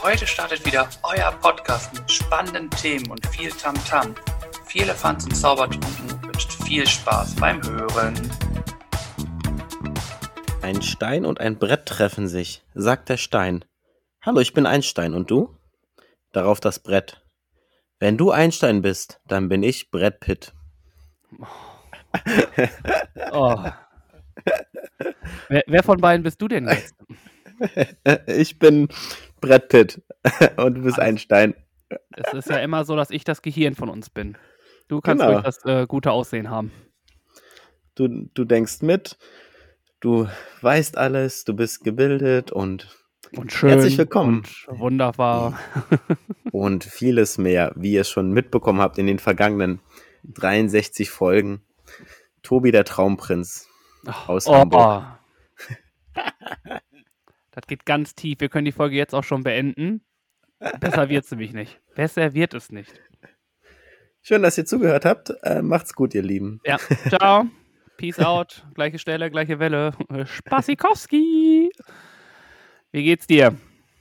Heute startet wieder euer Podcast mit spannenden Themen und viel Tamtam. Viel Elefants und Zaubertrunken wünscht viel Spaß beim Hören. Ein Stein und ein Brett treffen sich, sagt der Stein. Hallo, ich bin Einstein und du? Darauf das Brett. Wenn du Einstein bist, dann bin ich Brett Pitt. Oh. Wer von beiden bist du denn jetzt? Ich bin Brett Pitt und du bist Einstein. Es ist ja immer so, dass ich das Gehirn von uns bin. Du kannst Genau. ruhig das gute Aussehen haben. Du denkst mit, du weißt alles, du bist gebildet und schön herzlich willkommen. Und wunderbar. Und vieles mehr, wie ihr schon mitbekommen habt in den vergangenen 63 Folgen. Tobi der Traumprinz aus Hamburg. Das geht ganz tief. Wir können die Folge jetzt auch schon beenden. Besser wird es nämlich nicht. Besser wird es nicht. Schön, dass ihr zugehört habt. Macht's gut, ihr Lieben. Ja, ciao. Peace out. Gleiche Stelle, gleiche Welle. Spasikowski. Wie geht's dir?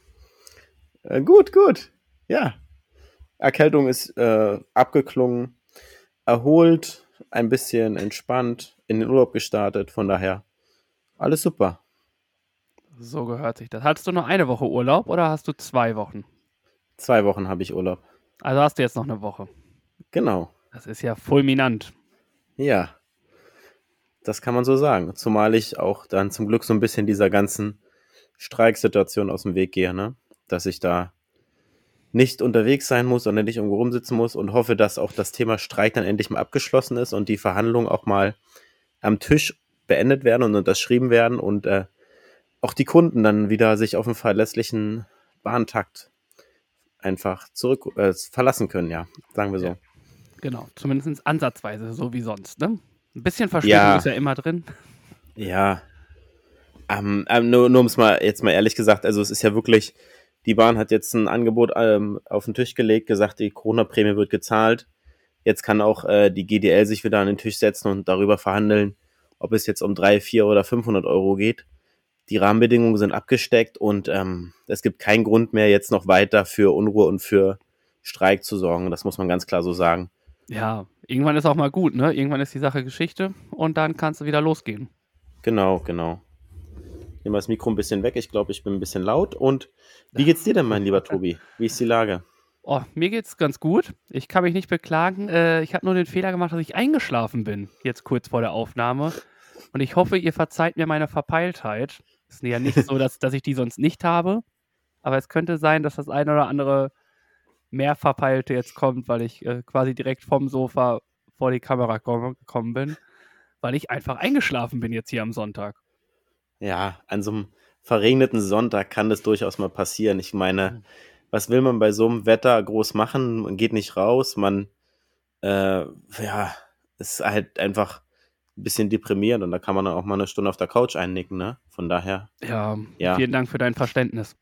Gut. Ja. Erkältung ist abgeklungen, erholt, ein bisschen entspannt, in den Urlaub gestartet. Von daher alles super. So gehört sich das. Hattest du noch eine Woche Urlaub oder hast du 2 Wochen? 2 Wochen habe ich Urlaub. Also hast du jetzt noch eine Woche. Genau. Das ist ja fulminant. Ja. Das kann man so sagen. Zumal ich auch dann zum Glück so ein bisschen dieser ganzen Streiksituation aus dem Weg gehe, ne? Dass ich da nicht unterwegs sein muss und nicht irgendwo rumsitzen muss und hoffe, dass auch das Thema Streik dann endlich mal abgeschlossen ist und die Verhandlungen auch mal am Tisch beendet werden und unterschrieben werden und auch die Kunden dann wieder sich auf einen verlässlichen Bahntakt einfach verlassen können, ja, sagen wir so. Ja. Genau, zumindest ansatzweise, so wie sonst, ne? Ein bisschen Verspätung ist ja immer drin. Ja, nur um es mal jetzt mal ehrlich gesagt, also es ist ja wirklich, die Bahn hat jetzt ein Angebot auf den Tisch gelegt, gesagt, die Corona-Prämie wird gezahlt. Jetzt kann auch die GDL sich wieder an den Tisch setzen und darüber verhandeln, ob es jetzt um 300, 400 oder 500 Euro geht. Die Rahmenbedingungen sind abgesteckt und es gibt keinen Grund mehr, jetzt noch weiter für Unruhe und für Streik zu sorgen. Das muss man ganz klar so sagen. Ja, irgendwann ist auch mal gut, ne? Irgendwann ist die Sache Geschichte und dann kannst du wieder losgehen. Genau. Nehmen wir das Mikro ein bisschen weg. Ich glaube, ich bin ein bisschen laut. Und wie geht's dir denn, mein lieber Tobi? Wie ist die Lage? Oh, mir geht's ganz gut. Ich kann mich nicht beklagen. Ich habe nur den Fehler gemacht, dass ich eingeschlafen bin, jetzt kurz vor der Aufnahme. Und ich hoffe, ihr verzeiht mir meine Verpeiltheit. Ist ja nicht so, dass ich die sonst nicht habe. Aber es könnte sein, dass das eine oder andere mehr Verpeilte jetzt kommt, weil ich quasi direkt vom Sofa vor die Kamera gekommen bin. Weil ich einfach eingeschlafen bin jetzt hier am Sonntag. Ja, an so einem verregneten Sonntag kann das durchaus mal passieren. Ich meine, was will man bei so einem Wetter groß machen? Man geht nicht raus, man ist halt einfach ein bisschen deprimierend und da kann man dann auch mal eine Stunde auf der Couch einnicken, ne? Von daher. Ja, Ja. Vielen Dank für dein Verständnis.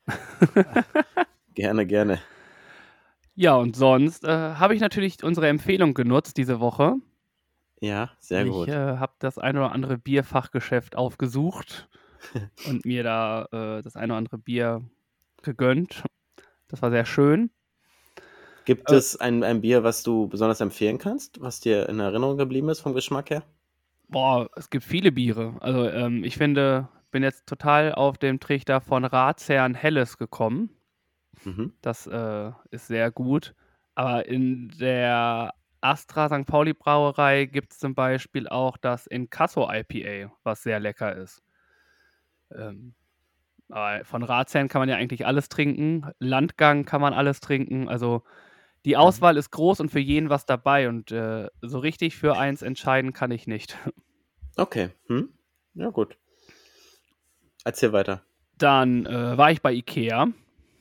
Gerne. Ja, und sonst habe ich natürlich unsere Empfehlung genutzt diese Woche. Ja, sehr gut. Ich habe das ein oder andere Bierfachgeschäft aufgesucht und mir da das ein oder andere Bier gegönnt. Das war sehr schön. Gibt es ein Bier, was du besonders empfehlen kannst, was dir in Erinnerung geblieben ist vom Geschmack her? Boah, es gibt viele Biere. Also ich finde, bin jetzt total auf dem Trichter von Ratsherrn Helles gekommen. Mhm. Das ist sehr gut. Aber in der Astra St. Pauli Brauerei gibt es zum Beispiel auch das Inkasso IPA, was sehr lecker ist. Aber von Ratsherrn kann man ja eigentlich alles trinken. Landgang kann man alles trinken. Also die Auswahl ist groß und für jeden was dabei. Und so richtig für eins entscheiden kann ich nicht. Okay. Ja, gut. Erzähl weiter. Dann war ich bei Ikea.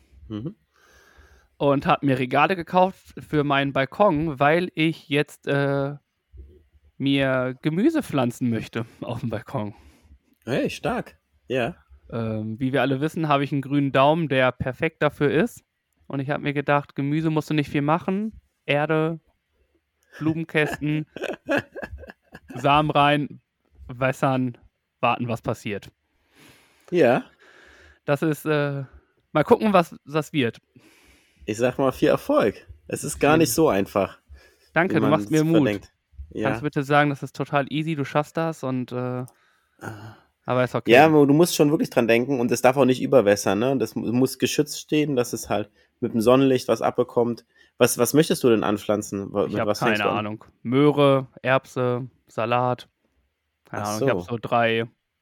Und habe mir Regale gekauft für meinen Balkon, weil ich jetzt mir Gemüse pflanzen möchte auf dem Balkon. Hey, stark. Ja. Wie wir alle wissen, habe ich einen grünen Daumen, der perfekt dafür ist. Und ich habe mir gedacht, Gemüse musst du nicht viel machen. Erde, Blumenkästen, Samen rein, wässern, warten, was passiert. Ja. Das ist Mal gucken, was das wird. Ich sag mal, viel Erfolg. Es ist gar nicht so einfach, wie Danke, du man machst mir es Mut. verdenkt. Kannst du Ja. bitte sagen, das ist total easy, du schaffst das und aber ist okay. Ja, aber du musst schon wirklich dran denken und es darf auch nicht überwässern, ne? Das muss geschützt stehen, dass es halt mit dem Sonnenlicht was abbekommt. Was möchtest du denn anpflanzen? Ich Mit habe was fängst keine du an? Ahnung. Möhre, Erbse, Salat. Keine Ach Ahnung. Ich habe so. so drei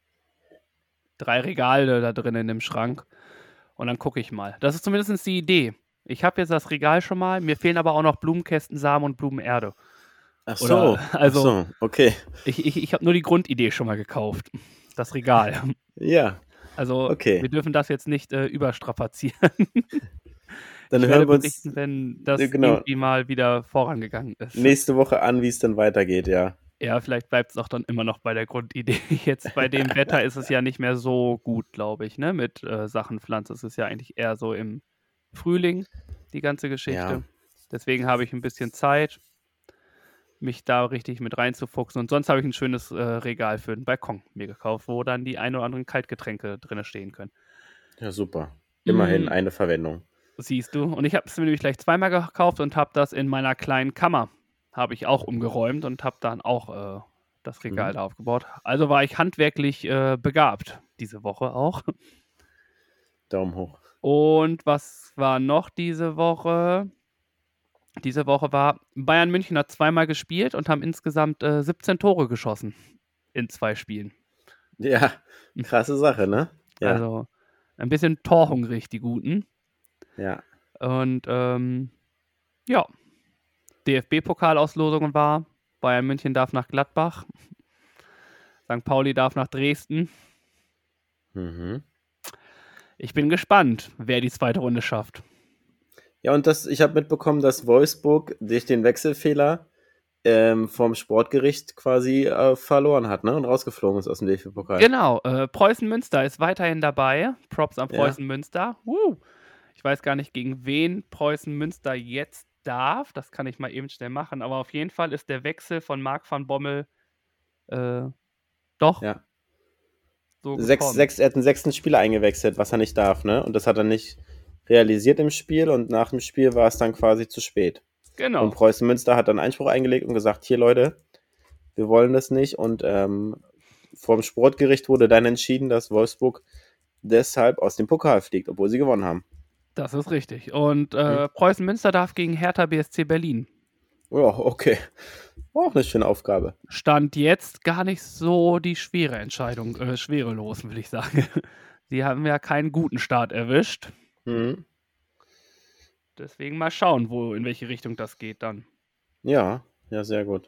Regale da drin in dem Schrank. Und dann gucke ich mal. Das ist zumindest die Idee. Ich habe jetzt das Regal schon mal. Mir fehlen aber auch noch Blumenkästen, Samen und Blumenerde. Ach Oder, so. Ach also, so. Okay. ich habe nur die Grundidee schon mal gekauft. Das Regal. Ja. Also, Okay. wir dürfen das jetzt nicht überstrapazieren. Dann Ich hören werde wir uns berichten, wenn das genau irgendwie mal wieder vorangegangen ist. nächste Woche an, wie es dann weitergeht, ja. Ja, vielleicht bleibt es auch dann immer noch bei der Grundidee. Jetzt bei dem Wetter ist es ja nicht mehr so gut, glaube ich, ne? Mit Sachen pflanzen. Es ist ja eigentlich eher so im Frühling, die ganze Ja. Geschichte. Deswegen habe ich ein bisschen Zeit, mich da richtig mit reinzufuchsen. Und sonst habe ich ein schönes Regal für den Balkon mir gekauft, wo dann die ein oder anderen Kaltgetränke drin stehen können. Ja, super. Immerhin Mm, eine Verwendung. siehst du. Und ich habe es mir nämlich gleich zweimal gekauft und habe das in meiner kleinen Kammer habe ich auch umgeräumt und habe dann auch das Regal Mhm. da aufgebaut. Also war ich handwerklich begabt diese Woche auch. Daumen hoch. Und was war noch diese Woche? Diese Woche war Bayern München hat zweimal gespielt und haben insgesamt 17 Tore geschossen in 2 Spielen. Ja, krasse Sache, ne? Ja, Also ein bisschen torhungrig, die Guten. ja. Und ja, DFB-Pokalauslosungen war, Bayern München darf nach Gladbach, St. Pauli darf nach Dresden. Mhm. Ich bin gespannt, wer die zweite Runde schafft. Ja, und ich habe mitbekommen, dass Wolfsburg durch den Wechselfehler vom Sportgericht quasi verloren hat, ne? Und rausgeflogen ist aus dem DFB-Pokal. Genau, Preußen Münster ist weiterhin dabei. Props an Ja. Preußen Münster. Ich weiß gar nicht, gegen wen Preußen Münster jetzt darf. Das kann ich mal eben schnell machen. Aber auf jeden Fall ist der Wechsel von Marc van Bommel doch Ja. so Er gekommen. hat einen 6. Spieler eingewechselt, was er nicht darf, ne? Und das hat er nicht realisiert im Spiel und nach dem Spiel war es dann quasi zu spät. Und Genau. Preußen Münster hat dann Einspruch eingelegt und gesagt, hier Leute, wir wollen das nicht. Und vom Sportgericht wurde dann entschieden, dass Wolfsburg deshalb aus dem Pokal fliegt, obwohl sie gewonnen haben. Das ist richtig. Und Preußen Münster darf gegen Hertha BSC Berlin. Ja, okay. Auch eine schöne Aufgabe. Stand jetzt gar nicht so die schwere Entscheidung, schwerelos, will ich sagen. Sie haben ja keinen guten Start erwischt. Mhm. Deswegen mal schauen, in welche Richtung das geht dann. Ja, sehr gut.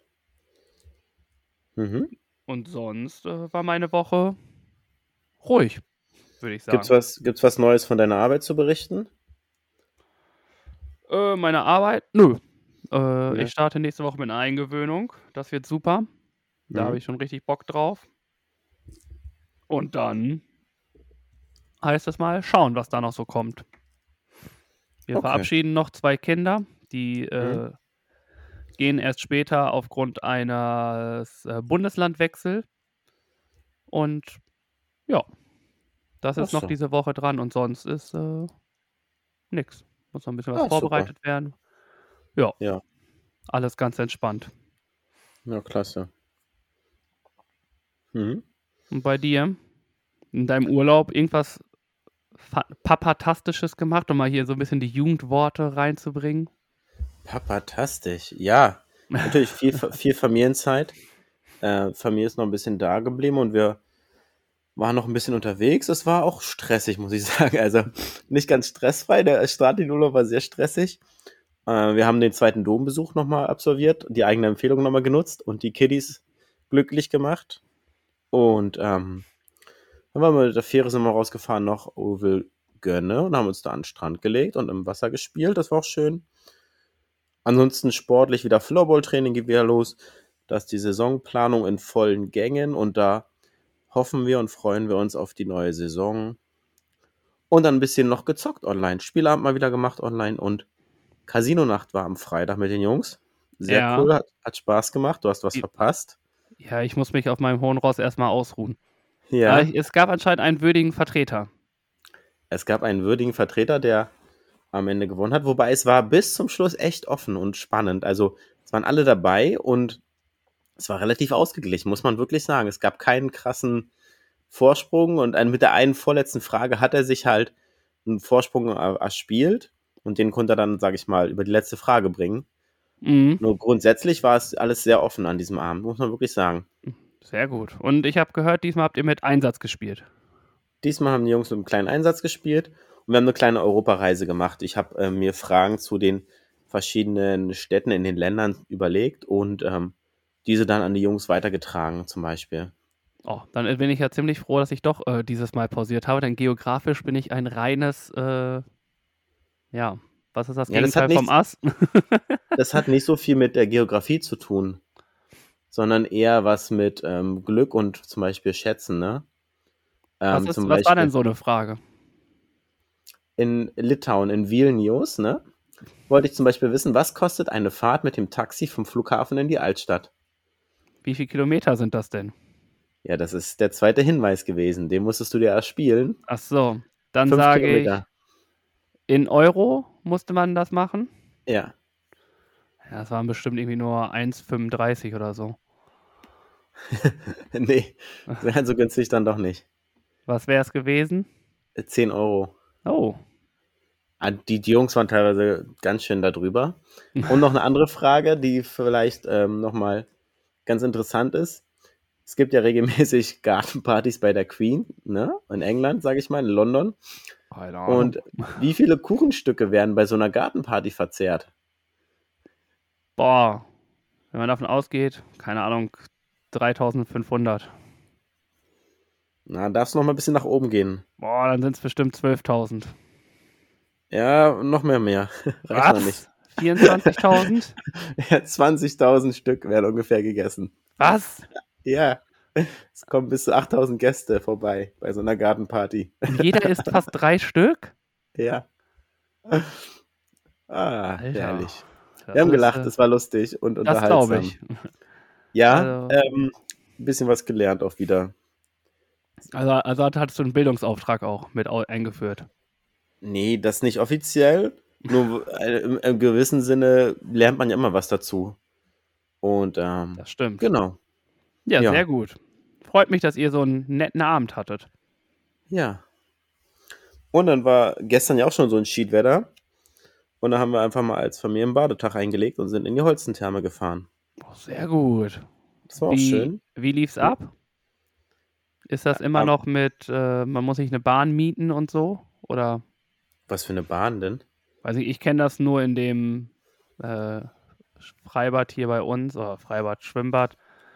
Mhm. Und sonst war meine Woche ruhig, würde ich sagen. Gibt's was Neues von deiner Arbeit zu berichten? Meine Arbeit? Nö. Ne? Ich starte nächste Woche mit einer Eingewöhnung. Das wird super. Da habe Mhm. ich schon richtig Bock drauf. Und dann heißt es mal schauen, was da noch so kommt. Wir Okay. verabschieden noch 2 Kinder, die Mhm. gehen erst später aufgrund eines Bundeslandwechsel. Und ja, das ist Ach noch so. diese Woche dran und sonst ist nix. Muss noch ein bisschen was Ah, super. vorbereitet werden. Ja, Ja, alles ganz entspannt. ja, klasse. Mhm. Und bei dir? In deinem Urlaub irgendwas Papatastisches gemacht, um mal hier so ein bisschen die Jugendworte reinzubringen? Papatastisch. Ja, natürlich viel Familienzeit. Familie ist noch ein bisschen da geblieben und wir waren noch ein bisschen unterwegs. Es war auch stressig, muss ich sagen. Also nicht ganz stressfrei. Der Start in den Urlaub war sehr stressig. Wir haben den 2. Dombesuch nochmal absolviert, die eigene Empfehlung nochmal genutzt und die Kiddies glücklich gemacht. Und dann waren wir mit der Fähre sind wir rausgefahren nach Ovelgönne und haben uns da an den Strand gelegt und im Wasser gespielt. Das war auch schön. Ansonsten sportlich wieder Floorball-Training geht wieder los. Da ist die Saisonplanung in vollen Gängen und da hoffen wir und freuen wir uns auf die neue Saison. Und dann ein bisschen noch gezockt online. Spielabend mal wieder gemacht online und Casino-Nacht war am Freitag mit den Jungs. Sehr Ja. cool, hat Spaß gemacht. Du hast was verpasst. Ja, ich muss mich auf meinem hohen Ross erstmal ausruhen. Ja. Aber es gab anscheinend einen würdigen Vertreter. Es gab einen würdigen Vertreter, der am Ende gewonnen hat, wobei es war bis zum Schluss echt offen und spannend. Also es waren alle dabei und es war relativ ausgeglichen, muss man wirklich sagen. Es gab keinen krassen Vorsprung und mit der einen vorletzten Frage hat er sich halt einen Vorsprung erspielt und den konnte er dann, sage ich mal, über die letzte Frage bringen. Mhm. Nur grundsätzlich war es alles sehr offen an diesem Abend, muss man wirklich sagen. Sehr gut. Und ich habe gehört, diesmal habt ihr mit Einsatz gespielt. Diesmal haben die Jungs mit einem kleinen Einsatz gespielt und wir haben eine kleine Europareise gemacht. Ich habe mir Fragen zu den verschiedenen Städten in den Ländern überlegt und diese dann an die Jungs weitergetragen zum Beispiel. Oh, dann bin ich ja ziemlich froh, dass ich doch dieses Mal pausiert habe, denn geografisch bin ich ein reines, ja, was ist das Ja, das hat Gegenteil vom Ass? Das hat nicht so viel mit der Geografie zu tun, sondern eher was mit Glück und zum Beispiel Schätzen, ne? Was war denn so eine Frage? In Litauen, in Vilnius, ne? Wollte ich zum Beispiel wissen, was kostet eine Fahrt mit dem Taxi vom Flughafen in die Altstadt? Wie viele Kilometer sind das denn? Ja, das ist der zweite Hinweis gewesen. Den musstest du dir erspielen. Ach so, dann 5 sage ich, Kilometer. in Euro musste man das machen? Ja. Ja, das waren bestimmt irgendwie nur 1,35 oder so. Nee, so günstig dann doch nicht. Was wäre es gewesen? 10 Euro. Oh, Die Jungs waren teilweise ganz schön da drüber. Und noch eine andere Frage, die vielleicht nochmal ganz interessant ist. Es gibt ja regelmäßig Gartenpartys bei der Queen, ne? In England, sage ich mal, in London. keine Ahnung. Und wie viele Kuchenstücke werden bei so einer Gartenparty verzehrt? Boah, wenn man davon ausgeht, keine Ahnung, 3.500. Na, darfst du noch mal ein bisschen nach oben gehen. Boah, dann sind es bestimmt 12.000. Ja, noch mehr. Reicht noch nicht. 24.000? Ja, 20.000 Stück werden ungefähr gegessen. Was? Ja, es kommen bis zu 8.000 Gäste vorbei bei so einer Gartenparty. Und jeder isst fast 3 Stück? Ja. Alter, herrlich. das Wir haben ist, gelacht, es war lustig und das glaube unterhaltsam. ich. Ja, Also- ein bisschen was gelernt auch wieder. Also hattest du einen Bildungsauftrag auch mit eingeführt. Nee, das nicht offiziell. Nur im gewissen Sinne lernt man ja immer was dazu. Und Das stimmt. genau. Ja, Ja. sehr gut. Freut mich, dass ihr so einen netten Abend hattet. Ja. Und dann war gestern ja auch schon so ein Schiedwetter. Und da haben wir einfach mal als Familie einen Badetag eingelegt und sind in die Holstentherme gefahren. Oh, sehr gut. Das war auch schön. Wie lief's ab? Ist das immer noch mit, man muss sich eine Bahn mieten und so? Oder, Was für eine Bahn denn? weiß ich kenne das nur in dem Freibad hier bei uns, oder Freibad, Schwimmbad,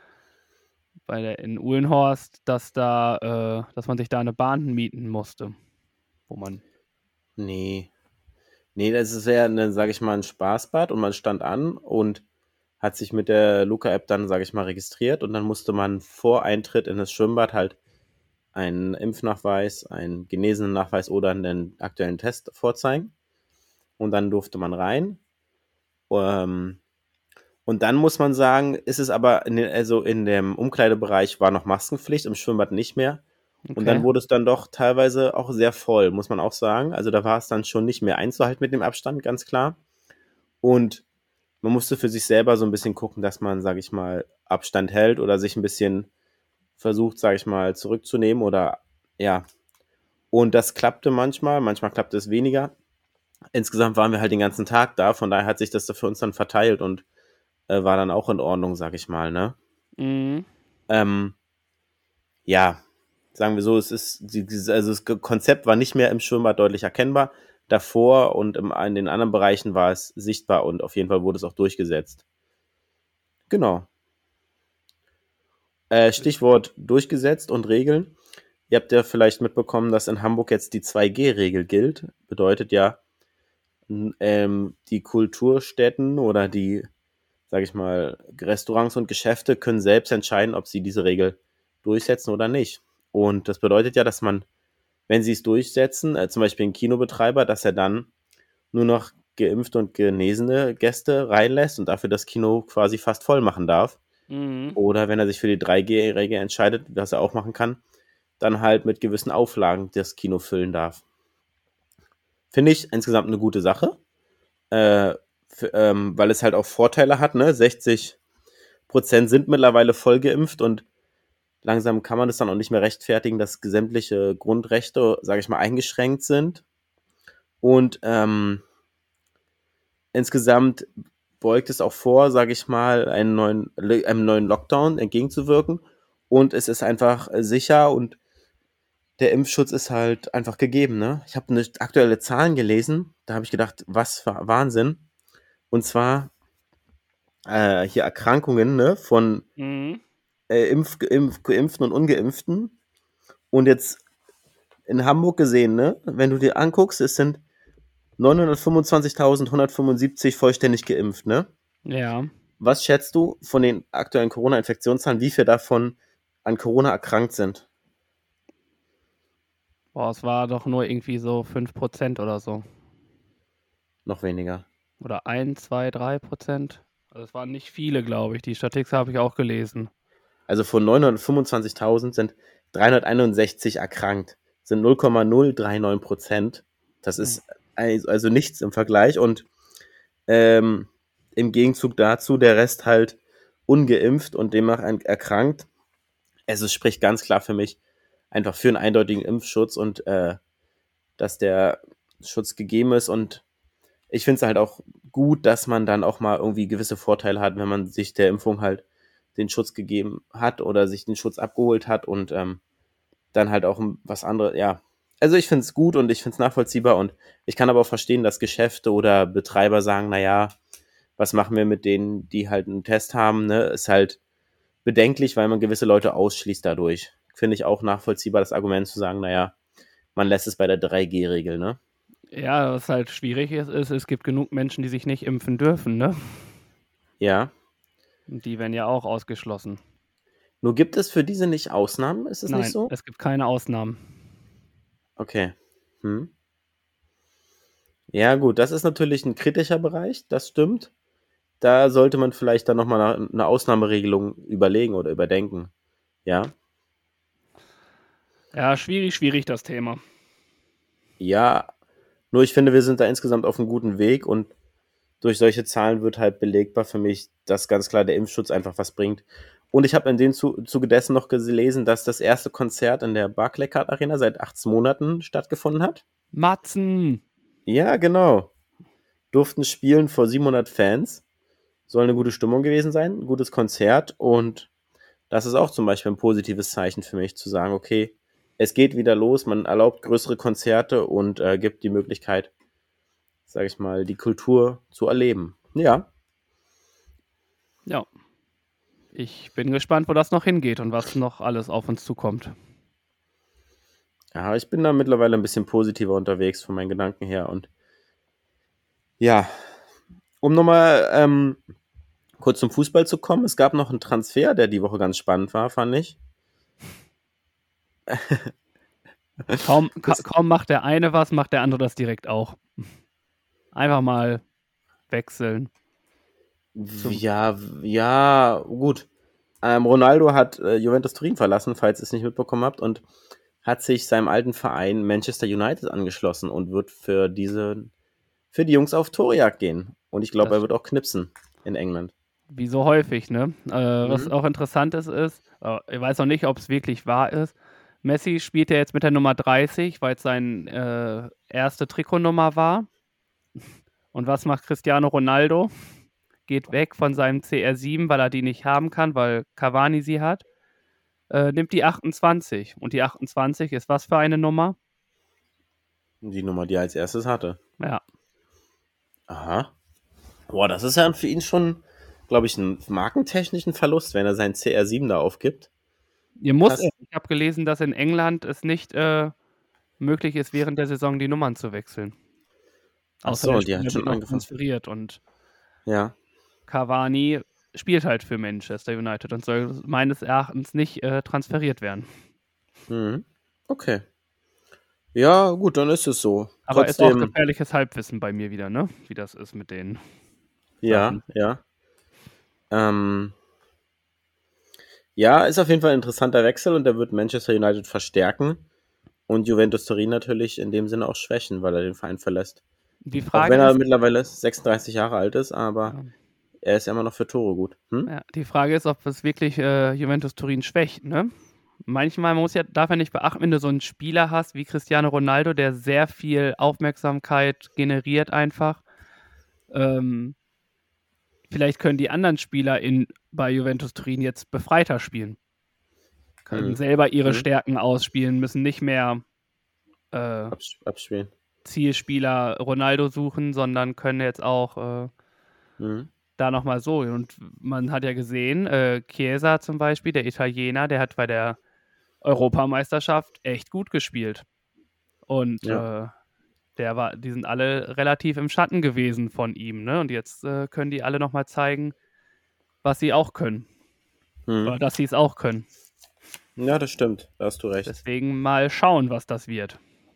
in Uhlenhorst, dass man sich da eine Bahn mieten musste. Wo man. Nee. Nee, das ist ja, sage ich mal, ein Spaßbad und man stand an und hat sich mit der Luca-App dann, sage ich mal, registriert und dann musste man vor Eintritt in das Schwimmbad halt einen Impfnachweis, einen Genesenen-Nachweis oder einen aktuellen Test vorzeigen und dann durfte man rein. Und dann muss man sagen, ist es aber, in dem Umkleidebereich war noch Maskenpflicht, im Schwimmbad nicht mehr. Und dann wurde es dann doch teilweise auch sehr voll, muss man auch sagen. Also da war es dann schon nicht mehr einzuhalten mit dem Abstand, ganz klar. Und man musste für sich selber so ein bisschen gucken, dass man, sage ich mal, Abstand hält oder sich ein bisschen versucht, sage ich mal, zurückzunehmen oder ja. Und das klappte manchmal klappte es weniger. Insgesamt waren wir halt den ganzen Tag da, von daher hat sich das für uns dann verteilt und war dann auch in Ordnung, sag ich mal, ne? Mhm. Ja, sagen wir so, das Konzept war nicht mehr im Schwimmbad deutlich erkennbar. Davor und in den anderen Bereichen war es sichtbar und auf jeden Fall wurde es auch durchgesetzt. Genau. Stichwort durchgesetzt und Regeln. Ihr habt ja vielleicht mitbekommen, dass in Hamburg jetzt die 2G-Regel gilt. Bedeutet ja, die Kulturstätten oder die, sage ich mal, Restaurants und Geschäfte können selbst entscheiden, ob sie diese Regel durchsetzen oder nicht. Und das bedeutet ja, dass man, wenn sie es durchsetzen, zum Beispiel ein Kinobetreiber, dass er dann nur noch geimpfte und genesene Gäste reinlässt und dafür das Kino quasi fast voll machen darf. Mhm. Oder wenn er sich für die 3G-Regel entscheidet, was er auch machen kann, dann halt mit gewissen Auflagen das Kino füllen darf. Finde ich insgesamt eine gute Sache, weil es halt auch Vorteile hat, ne? 60% sind mittlerweile voll geimpft und langsam kann man das dann auch nicht mehr rechtfertigen, dass sämtliche Grundrechte, sage ich mal, eingeschränkt sind. Und insgesamt beugt es auch vor, sage ich mal, einem neuen Lockdown entgegenzuwirken. Und es ist einfach sicher und der Impfschutz ist halt einfach gegeben. Ne? Ich habe aktuelle Zahlen gelesen, da habe ich gedacht, was für Wahnsinn. Und zwar hier Erkrankungen, ne, von Geimpften und Ungeimpften. Und jetzt in Hamburg gesehen, ne, wenn du dir anguckst, es sind 925.175 vollständig geimpft, ne? Ja. Was schätzt du von den aktuellen Corona-Infektionszahlen, wie viele davon an Corona erkrankt sind? Boah, es war doch nur irgendwie so 5% oder so. Noch weniger. Oder 1, 2, 3%. Also es waren nicht viele, glaube ich. Die Statistik habe ich auch gelesen. Also von 925.000 sind 361 erkrankt, sind 0,039%. Das ist also nichts im Vergleich und im Gegenzug dazu der Rest halt ungeimpft und demnach erkrankt. Also es spricht ganz klar für mich einfach für einen eindeutigen Impfschutz und dass der Schutz gegeben ist. Und ich finde es halt auch gut, dass man dann auch mal irgendwie gewisse Vorteile hat, wenn man sich der Impfung halt den Schutz gegeben hat oder sich den Schutz abgeholt hat und dann halt auch was anderes, ja. Also ich finde es gut und ich finde es nachvollziehbar und ich kann aber auch verstehen, dass Geschäfte oder Betreiber sagen, naja, was machen wir mit denen, die halt einen Test haben, ne? Ist halt bedenklich, weil man gewisse Leute ausschließt dadurch. Finde ich auch nachvollziehbar, das Argument zu sagen, naja, man lässt es bei der 3G-Regel, ne? Ja, was halt schwierig ist, es gibt genug Menschen, die sich nicht impfen dürfen, ne? Ja. Und die werden ja auch ausgeschlossen. Nur gibt es für diese nicht Ausnahmen, ist es Nein, nicht so? es gibt keine Ausnahmen. Okay. Ja, gut, das ist natürlich ein kritischer Bereich, das stimmt. Da sollte man vielleicht dann nochmal eine Ausnahmeregelung überlegen oder überdenken. Ja. Ja, schwierig das Thema. Ja, nur ich finde, wir sind da insgesamt auf einem guten Weg und durch solche Zahlen wird halt belegbar für mich, dass ganz klar der Impfschutz einfach was bringt. Und ich habe in dem Zuge dessen noch gelesen, dass das erste Konzert in der Barclaycard Arena seit 18 Monaten stattgefunden hat. Matzen! Ja, genau. Durften spielen vor 700 Fans. Soll eine gute Stimmung gewesen sein, ein gutes Konzert und das ist auch zum Beispiel ein positives Zeichen für mich, zu sagen, okay, es geht wieder los, man erlaubt größere Konzerte und gibt die Möglichkeit, sage ich mal, die Kultur zu erleben. Ja. Ja. Ich bin gespannt, wo das noch hingeht und was noch alles auf uns zukommt. Ja, ich bin da mittlerweile ein bisschen positiver unterwegs von meinen Gedanken her und ja, um nochmal kurz zum Fußball zu kommen, es gab noch einen Transfer, der die Woche ganz spannend war, fand ich. Kaum macht der eine was, macht der andere das direkt auch. Einfach mal wechseln. Ja, gut. Ronaldo hat Juventus Turin verlassen, falls ihr es nicht mitbekommen habt, und hat sich seinem alten Verein Manchester United angeschlossen und wird für die Jungs auf Torjagd gehen. Und ich glaube, er wird auch knipsen in England. Wie so häufig, ne? Was auch interessant ist, ich weiß noch nicht, ob es wirklich wahr ist, Messi spielt ja jetzt mit der Nummer 30, weil es seine erste Trikotnummer war. Und was macht Cristiano Ronaldo? Geht weg von seinem CR7, weil er die nicht haben kann, weil Cavani sie hat. Nimmt die 28. Und die 28 ist was für eine Nummer? Die Nummer, die er als erstes hatte. Ja. Aha. Boah, das ist ja für ihn schon, glaube ich, ein markentechnischen Verlust, wenn er seinen CR7 da aufgibt. Ich habe gelesen, dass in England es nicht möglich ist, während der Saison die Nummern zu wechseln. Achso, die hat schon angefangen. Transferiert und ja. Cavani spielt halt für Manchester United und soll meines Erachtens nicht transferiert werden. Okay. Ja, gut, dann ist es so. Aber ist auch gefährliches Halbwissen bei mir wieder, ne? Wie das ist mit den Sachen. Ja. Ja, ist auf jeden Fall ein interessanter Wechsel und der wird Manchester United verstärken. Und Juventus Turin natürlich in dem Sinne auch schwächen, weil er den Verein verlässt. Die Auch Frage wenn er ist, mittlerweile 36 Jahre alt ist, aber ja, er ist ja immer noch für Tore gut. ja, die Frage ist, ob es wirklich Juventus Turin schwächt, ne? Manchmal darf er nicht beachten, wenn du so einen Spieler hast wie Cristiano Ronaldo, der sehr viel Aufmerksamkeit generiert einfach. Vielleicht können die anderen Spieler bei Juventus Turin jetzt befreiter spielen. Können selber ihre Stärken ausspielen, müssen nicht mehr Abspielen. Zielspieler Ronaldo suchen, sondern können jetzt auch da nochmal so. Und man hat ja gesehen, Chiesa zum Beispiel, der Italiener, der hat bei der Europameisterschaft echt gut gespielt. Und Ja. die sind alle relativ im Schatten gewesen von ihm, ne? Und jetzt können die alle nochmal zeigen, was sie auch können. Oder dass sie es auch können. Ja, das stimmt. Da hast du recht. Deswegen mal schauen, was das wird.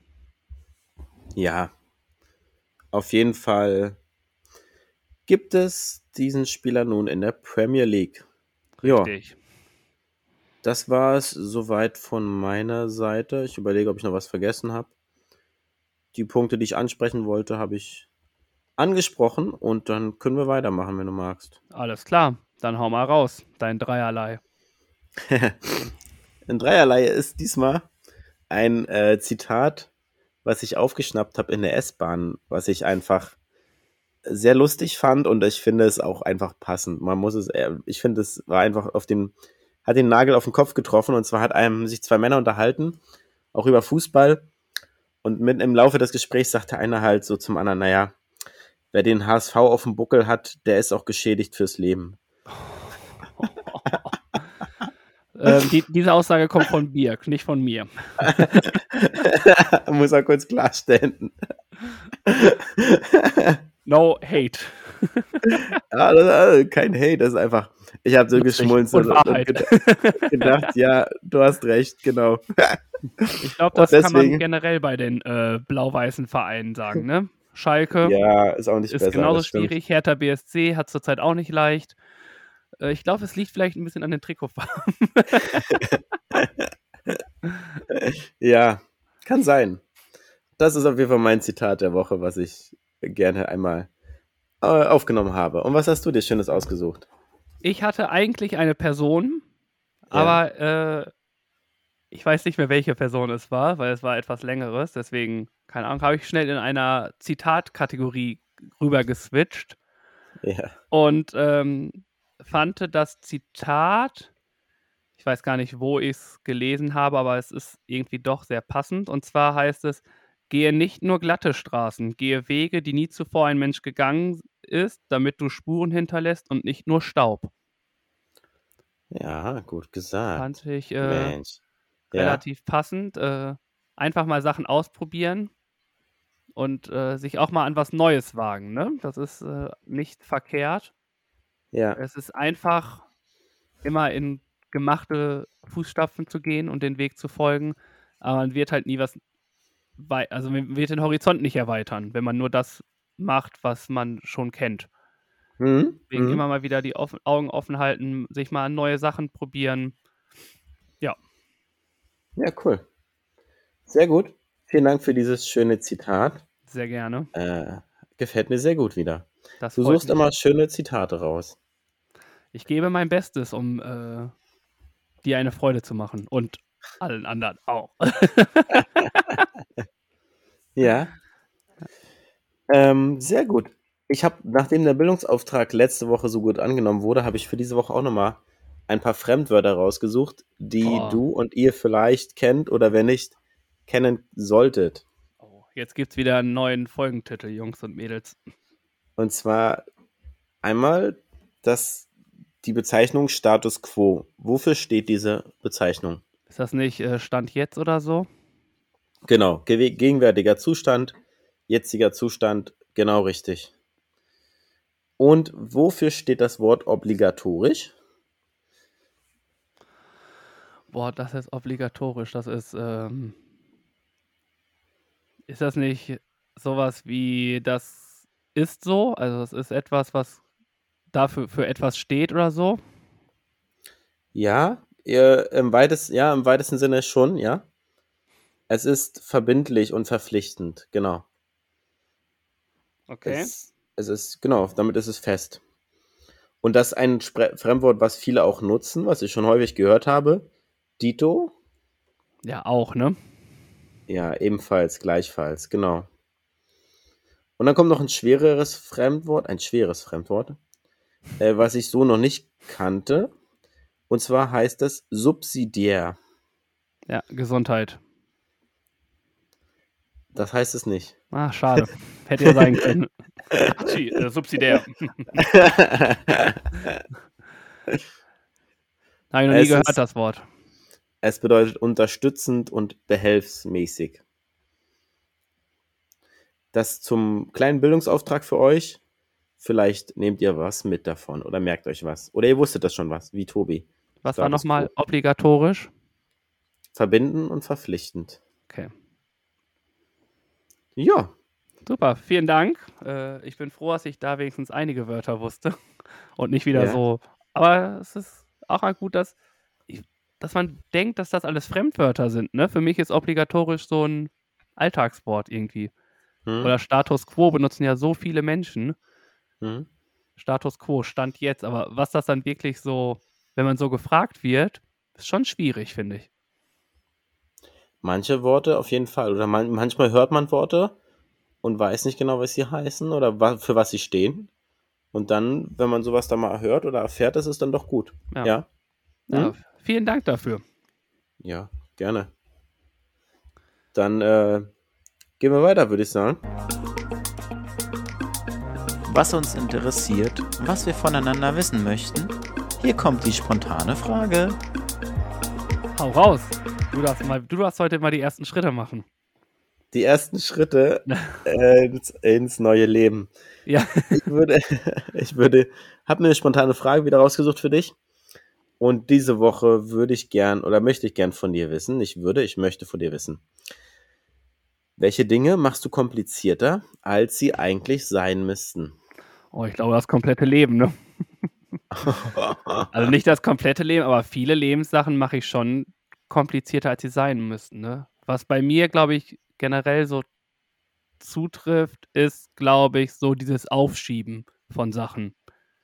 Ja. Auf jeden Fall gibt es diesen Spieler nun in der Premier League. Richtig. Ja. Das war es soweit von meiner Seite. Ich überlege, ob ich noch was vergessen habe. Die Punkte, die ich ansprechen wollte, habe ich angesprochen und dann können wir weitermachen, wenn du magst. Alles klar, dann hau mal raus, dein Dreierlei. Ein Dreierlei ist diesmal ein Zitat, was ich aufgeschnappt habe in der S-Bahn, was ich einfach sehr lustig fand und ich finde es auch einfach passend. Ich finde, es war einfach hat den Nagel auf den Kopf getroffen und zwar sich zwei Männer unterhalten, auch über Fußball und mitten im Laufe des Gesprächs sagte einer halt so zum anderen, naja, wer den HSV auf dem Buckel hat, der ist auch geschädigt fürs Leben. Diese Aussage kommt von Birk, nicht von mir. Muss er kurz klarstellen. No hate. Kein Hate, das ist einfach, ich habe so geschmunzelt und gedacht, ja, du hast recht, genau. Ich glaube, das kann man generell bei den blau-weißen Vereinen sagen, ne? Schalke ja, ist auch nicht ist besser, genauso schwierig, Hertha BSC hat zurzeit auch nicht leicht. Ich glaube, es liegt vielleicht ein bisschen an den Trikotfarben. Ja, kann sein. Das ist auf jeden Fall mein Zitat der Woche, was ich gerne einmal aufgenommen habe. Und was hast du dir Schönes ausgesucht? Ich hatte eigentlich eine Person, aber ich weiß nicht mehr, welche Person es war, weil es war etwas Längeres. Deswegen, keine Ahnung, habe ich schnell in einer Zitatkategorie rüber geswitcht. Ja. Und fand das Zitat, ich weiß gar nicht, wo ich es gelesen habe, aber es ist irgendwie doch sehr passend. Und zwar heißt es, gehe nicht nur glatte Straßen, gehe Wege, die nie zuvor ein Mensch gegangen ist, damit du Spuren hinterlässt und nicht nur Staub. Ja, gut gesagt. Fand ich Mensch. relativ passend. Einfach mal Sachen ausprobieren und sich auch mal an was Neues wagen. Ne? Das ist nicht verkehrt. Ja. Es ist einfach, immer in gemachte Fußstapfen zu gehen und den Weg zu folgen. Aber man wird halt nie man wird den Horizont nicht erweitern, wenn man nur das macht, was man schon kennt. Deswegen immer mal wieder die Augen offen halten, sich mal an neue Sachen probieren. Ja. Ja, cool. Sehr gut. Vielen Dank für dieses schöne Zitat. Sehr gerne. Gefällt mir sehr gut wieder. Das Du freut suchst mich. immer schöne Zitate raus. Ich gebe mein Bestes, um dir eine Freude zu machen. Und allen anderen auch. Ja. Sehr gut. Ich habe, nachdem der Bildungsauftrag letzte Woche so gut angenommen wurde, habe ich für diese Woche auch nochmal ein paar Fremdwörter rausgesucht, die du und ihr vielleicht kennt oder wenn nicht, kennen solltet. Oh, jetzt gibt es wieder einen neuen Folgentitel, Jungs und Mädels. Und zwar einmal die Bezeichnung Status Quo. Wofür steht diese Bezeichnung? Ist das nicht Stand jetzt oder so? Genau, gegenwärtiger Zustand, jetziger Zustand, genau richtig. Und wofür steht das Wort obligatorisch? Boah, das ist obligatorisch. Das ist das nicht sowas wie, das ist so? Also das ist etwas, was dafür für etwas steht oder so? Ja, im weitesten Sinne schon, ja. Es ist verbindlich und verpflichtend, genau. Okay. Es ist, genau, damit ist es fest. Und das ist ein Fremdwort, was viele auch nutzen, was ich schon häufig gehört habe. Dito? Ja, auch, ne? Ja, ebenfalls, gleichfalls, genau. Und dann kommt noch ein schweres Fremdwort, was ich so noch nicht kannte. Und zwar heißt es subsidiär. Ja, Gesundheit. Das heißt es nicht. Ah, schade. Hätte ja sein können. Subsidiär. Habe ich noch nie gehört, das Wort. Es bedeutet unterstützend und behelfsmäßig. Das zum kleinen Bildungsauftrag für euch. Vielleicht nehmt ihr was mit davon oder merkt euch was. Oder ihr wusstet das schon was, wie Tobi. Was war nochmal obligatorisch? Verbinden und verpflichtend. Okay. Ja. Super, vielen Dank. Ich bin froh, dass ich da wenigstens einige Wörter wusste und nicht wieder so. Aber es ist auch mal gut, dass man denkt, dass das alles Fremdwörter sind. Ne? Für mich ist obligatorisch so ein Alltagswort irgendwie. Oder Status Quo benutzen ja so viele Menschen. Status Quo, Stand jetzt. Aber was das dann wirklich so, wenn man so gefragt wird, ist schon schwierig, finde ich. Manche Worte auf jeden Fall. Oder manchmal hört man Worte und weiß nicht genau, was sie heißen oder für was sie stehen. Und dann, wenn man sowas da mal hört oder erfährt, ist es dann doch gut. Ja. Ja, vielen Dank dafür. Ja, gerne. Dann gehen wir weiter, würde ich sagen. Was uns interessiert, was wir voneinander wissen möchten, hier kommt die spontane Frage. Hau raus. Du darfst heute mal die ersten Schritte machen. Die ersten Schritte ins neue Leben. Ja. Ich habe mir eine spontane Frage wieder rausgesucht für dich. Und diese Woche möchte ich gern von dir wissen. Ich möchte von dir wissen. Welche Dinge machst du komplizierter, als sie eigentlich sein müssten? Oh, ich glaube, das komplette Leben, ne? Also nicht das komplette Leben, aber viele Lebenssachen mache ich schon komplizierter, als sie sein müssten, ne? Was bei mir, glaube ich, generell so zutrifft, ist, glaube ich, so dieses Aufschieben von Sachen.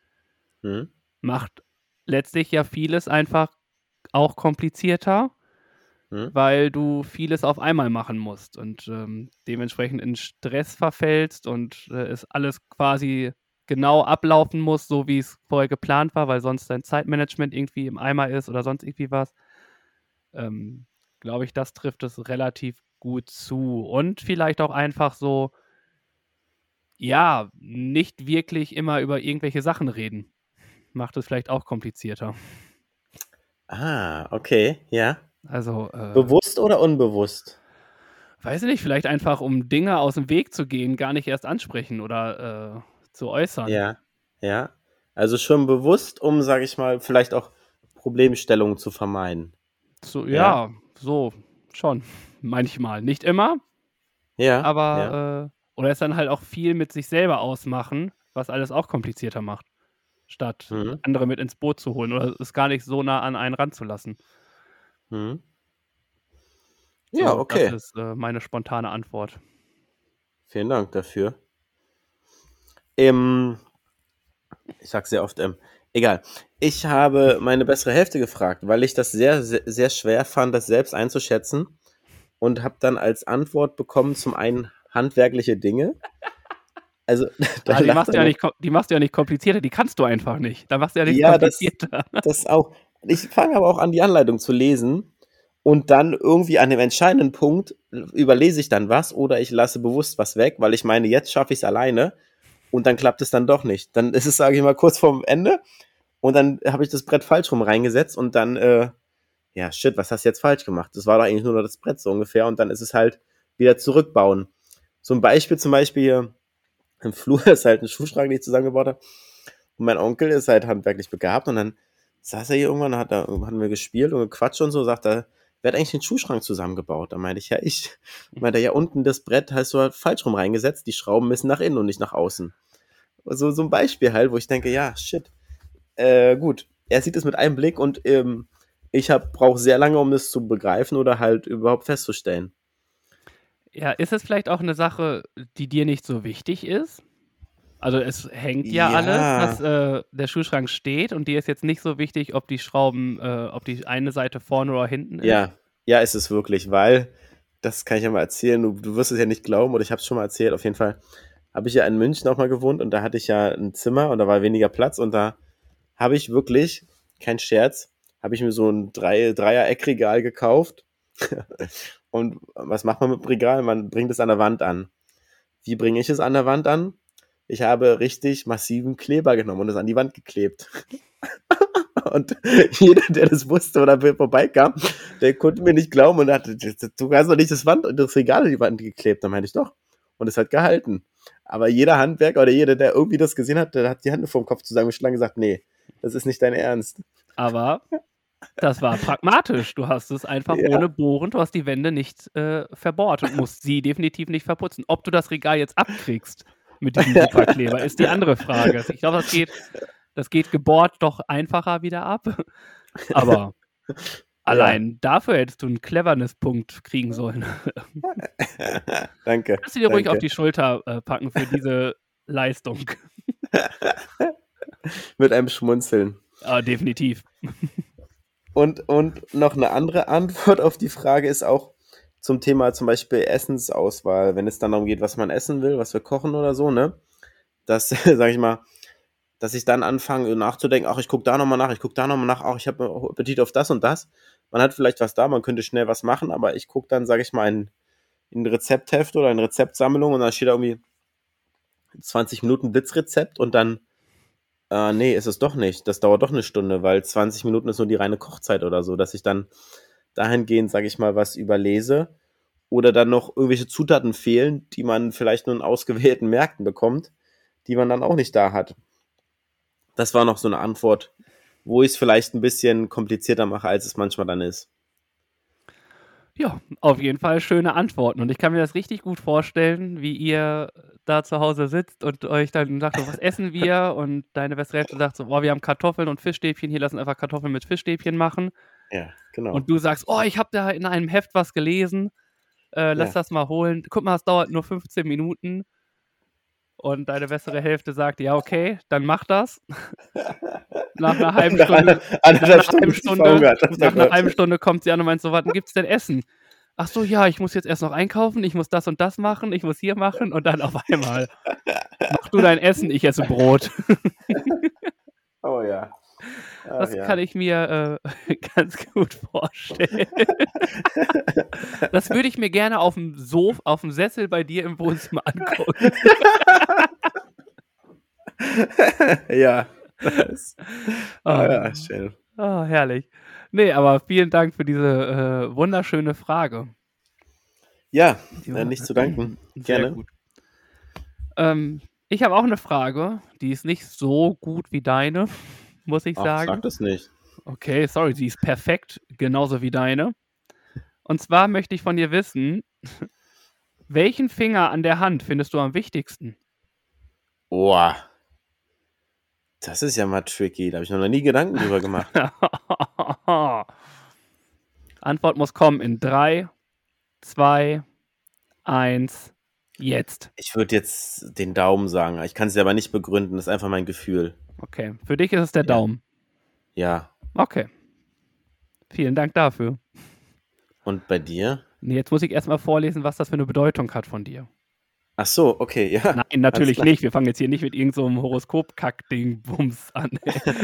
Macht letztlich ja vieles einfach auch komplizierter, weil du vieles auf einmal machen musst und dementsprechend in Stress verfällst und es alles quasi genau ablaufen muss, so wie es vorher geplant war, weil sonst dein Zeitmanagement irgendwie im Eimer ist oder sonst irgendwie was. Glaube ich, das trifft es relativ gut zu. Und vielleicht auch einfach so, ja, nicht wirklich immer über irgendwelche Sachen reden. Macht es vielleicht auch komplizierter. Ah, okay, ja. Also, bewusst oder unbewusst? Weiß ich nicht, vielleicht einfach, um Dinge aus dem Weg zu gehen, gar nicht erst ansprechen oder zu äußern. Ja. Also schon bewusst, um, sage ich mal, vielleicht auch Problemstellungen zu vermeiden. So schon. Manchmal. Nicht immer. Ja. Aber, oder es dann halt auch viel mit sich selber ausmachen, was alles auch komplizierter macht, statt andere mit ins Boot zu holen oder es gar nicht so nah an einen ranzulassen. Ja, okay. Das ist meine spontane Antwort. Vielen Dank dafür. Ich sag sehr oft, egal. Ich habe meine bessere Hälfte gefragt, weil ich das sehr, sehr, sehr schwer fand, das selbst einzuschätzen und habe dann als Antwort bekommen, zum einen handwerkliche Dinge. Also, die machst du ja nicht komplizierter, die kannst du einfach nicht. Da machst du ja nichts komplizierter. Das auch. Ich fange aber auch an, die Anleitung zu lesen und dann irgendwie an dem entscheidenden Punkt überlese ich dann was oder ich lasse bewusst was weg, weil ich meine, jetzt schaffe ich es alleine und dann klappt es dann doch nicht. Dann ist es, sage ich mal, kurz vorm Ende und dann habe ich das Brett falsch rum reingesetzt und dann, was hast du jetzt falsch gemacht? Das war doch eigentlich nur das Brett so ungefähr und dann ist es halt wieder zurückbauen. So ein Beispiel zum Beispiel hier im Flur ist halt ein Schuhschrank, den ich zusammengebaut habe und mein Onkel ist halt handwerklich begabt und dann saß er hier irgendwann, hatten wir gespielt und gequatscht und so, sagt er, wer hat eigentlich den Schuhschrank zusammengebaut? Da meinte ich, ja, ich. Meinte er, ja, unten das Brett hast du halt falsch rum reingesetzt, die Schrauben müssen nach innen und nicht nach außen. Also so ein Beispiel halt, wo ich denke, ja, shit. Gut, er sieht es mit einem Blick und ich brauche sehr lange, um das zu begreifen oder halt überhaupt festzustellen. Ja, ist es vielleicht auch eine Sache, die dir nicht so wichtig ist? Also, es hängt ja alles, dass, der Schuhschrank steht und dir ist jetzt nicht so wichtig, ob die Schrauben ob die eine Seite vorne oder hinten ist? Ja, ja, ist es wirklich, weil, das kann ich ja mal erzählen, du wirst es ja nicht glauben oder ich habe es schon mal erzählt, auf jeden Fall habe ich ja in München auch mal gewohnt und da hatte ich ja ein Zimmer und da war weniger Platz und da habe ich wirklich, kein Scherz, habe ich mir so ein Dreier-Eckregal gekauft. Und was macht man mit dem Regal? Man bringt es an der Wand an. Wie bringe ich es an der Wand an? Ich habe richtig massiven Kleber genommen und es an die Wand geklebt. Und jeder, der das wusste oder vorbeikam, der konnte mir nicht glauben und dachte, du hast doch nicht das Regal an die Wand geklebt. Dann meinte ich doch. Und es hat gehalten. Aber jeder Handwerker oder jeder, der irgendwie das gesehen hat, der hat die Hand vor dem Kopf zusammengeschlagen und gesagt, nee, das ist nicht dein Ernst. Aber das war pragmatisch. Du hast es einfach Ja. ohne Bohren, du hast die Wände nicht verbohrt und musst sie definitiv nicht verputzen. Ob du das Regal jetzt abkriegst mit diesem Superkleber, ist die andere Frage. Ich glaube, das geht gebohrt doch einfacher wieder ab. Aber allein dafür hättest du einen Cleverness-Punkt kriegen sollen. Danke. Kannst du dir ruhig danke. auf die Schulter packen für diese Leistung. Mit einem Schmunzeln. Definitiv. Und noch eine andere Antwort auf die Frage ist auch zum Thema zum Beispiel Essensauswahl, wenn es dann darum geht, was man essen will, was wir kochen oder so, ne? Das, sag ich mal, dass ich dann anfange nachzudenken, ach, ich gucke da nochmal nach, ach, ich habe Appetit auf das und das. Man hat vielleicht was da, man könnte schnell was machen, aber ich gucke dann, sage ich mal, in ein Rezeptheft oder eine Rezeptsammlung und dann steht da irgendwie 20 Minuten Blitzrezept und dann nee, ist es doch nicht. Das dauert doch eine Stunde, weil 20 Minuten ist nur die reine Kochzeit oder so, dass ich dann dahingehend, sage ich mal, was überlese oder dann noch irgendwelche Zutaten fehlen, die man vielleicht nur in ausgewählten Märkten bekommt, die man dann auch nicht da hat. Das war noch so eine Antwort, wo ich es vielleicht ein bisschen komplizierter mache, als es manchmal dann ist. Ja, auf jeden Fall schöne Antworten. Und ich kann mir das richtig gut vorstellen, wie ihr da zu Hause sitzt und euch dann sagt, so, was essen wir? Und deine beste Hälfte sagt so, wir haben Kartoffeln und Fischstäbchen, hier lassen einfach Kartoffeln mit Fischstäbchen machen. Ja, genau. Und du sagst, ich habe da in einem Heft was gelesen, lass das mal holen. Guck mal, es dauert nur 15 Minuten. Und deine bessere Hälfte sagt, ja, okay, dann mach das. Nach einer halben Stunde, nach einer halben Stunde kommt sie an und meint so, was gibt's denn Essen? Ach so, ja, ich muss jetzt erst noch einkaufen, ich muss das und das machen, ich muss hier machen und dann auf einmal mach du dein Essen, ich esse Brot. Oh ja. Das kann ich mir ganz gut vorstellen. Das würde ich mir gerne auf dem Sessel bei dir im Wohnzimmer angucken. Ja. Ja, schön. Herrlich. Nee, aber vielen Dank für diese wunderschöne Frage. Ja, nicht zu danken. Sehr Gerne. gut. Ich habe auch eine Frage, die ist nicht so gut wie deine, muss ich sagen. Sag das nicht. Okay, sorry, sie ist perfekt, genauso wie deine. Und zwar möchte ich von dir wissen, welchen Finger an der Hand findest du am wichtigsten? Boah. Das ist ja mal tricky. Da habe ich noch nie Gedanken drüber gemacht. Antwort muss kommen in 3, 2, 1, jetzt. Ich würde jetzt den Daumen sagen. Ich kann es aber nicht begründen. Das ist einfach mein Gefühl. Okay, für dich ist es der Daumen. Ja. Okay. Vielen Dank dafür. Und bei dir? Nee, jetzt muss ich erstmal vorlesen, was das für eine Bedeutung hat von dir. Ach so, okay, ja. Nein, natürlich nicht. Wir fangen jetzt hier nicht mit irgendeinem so Horoskop-Kack-Ding-Bums an.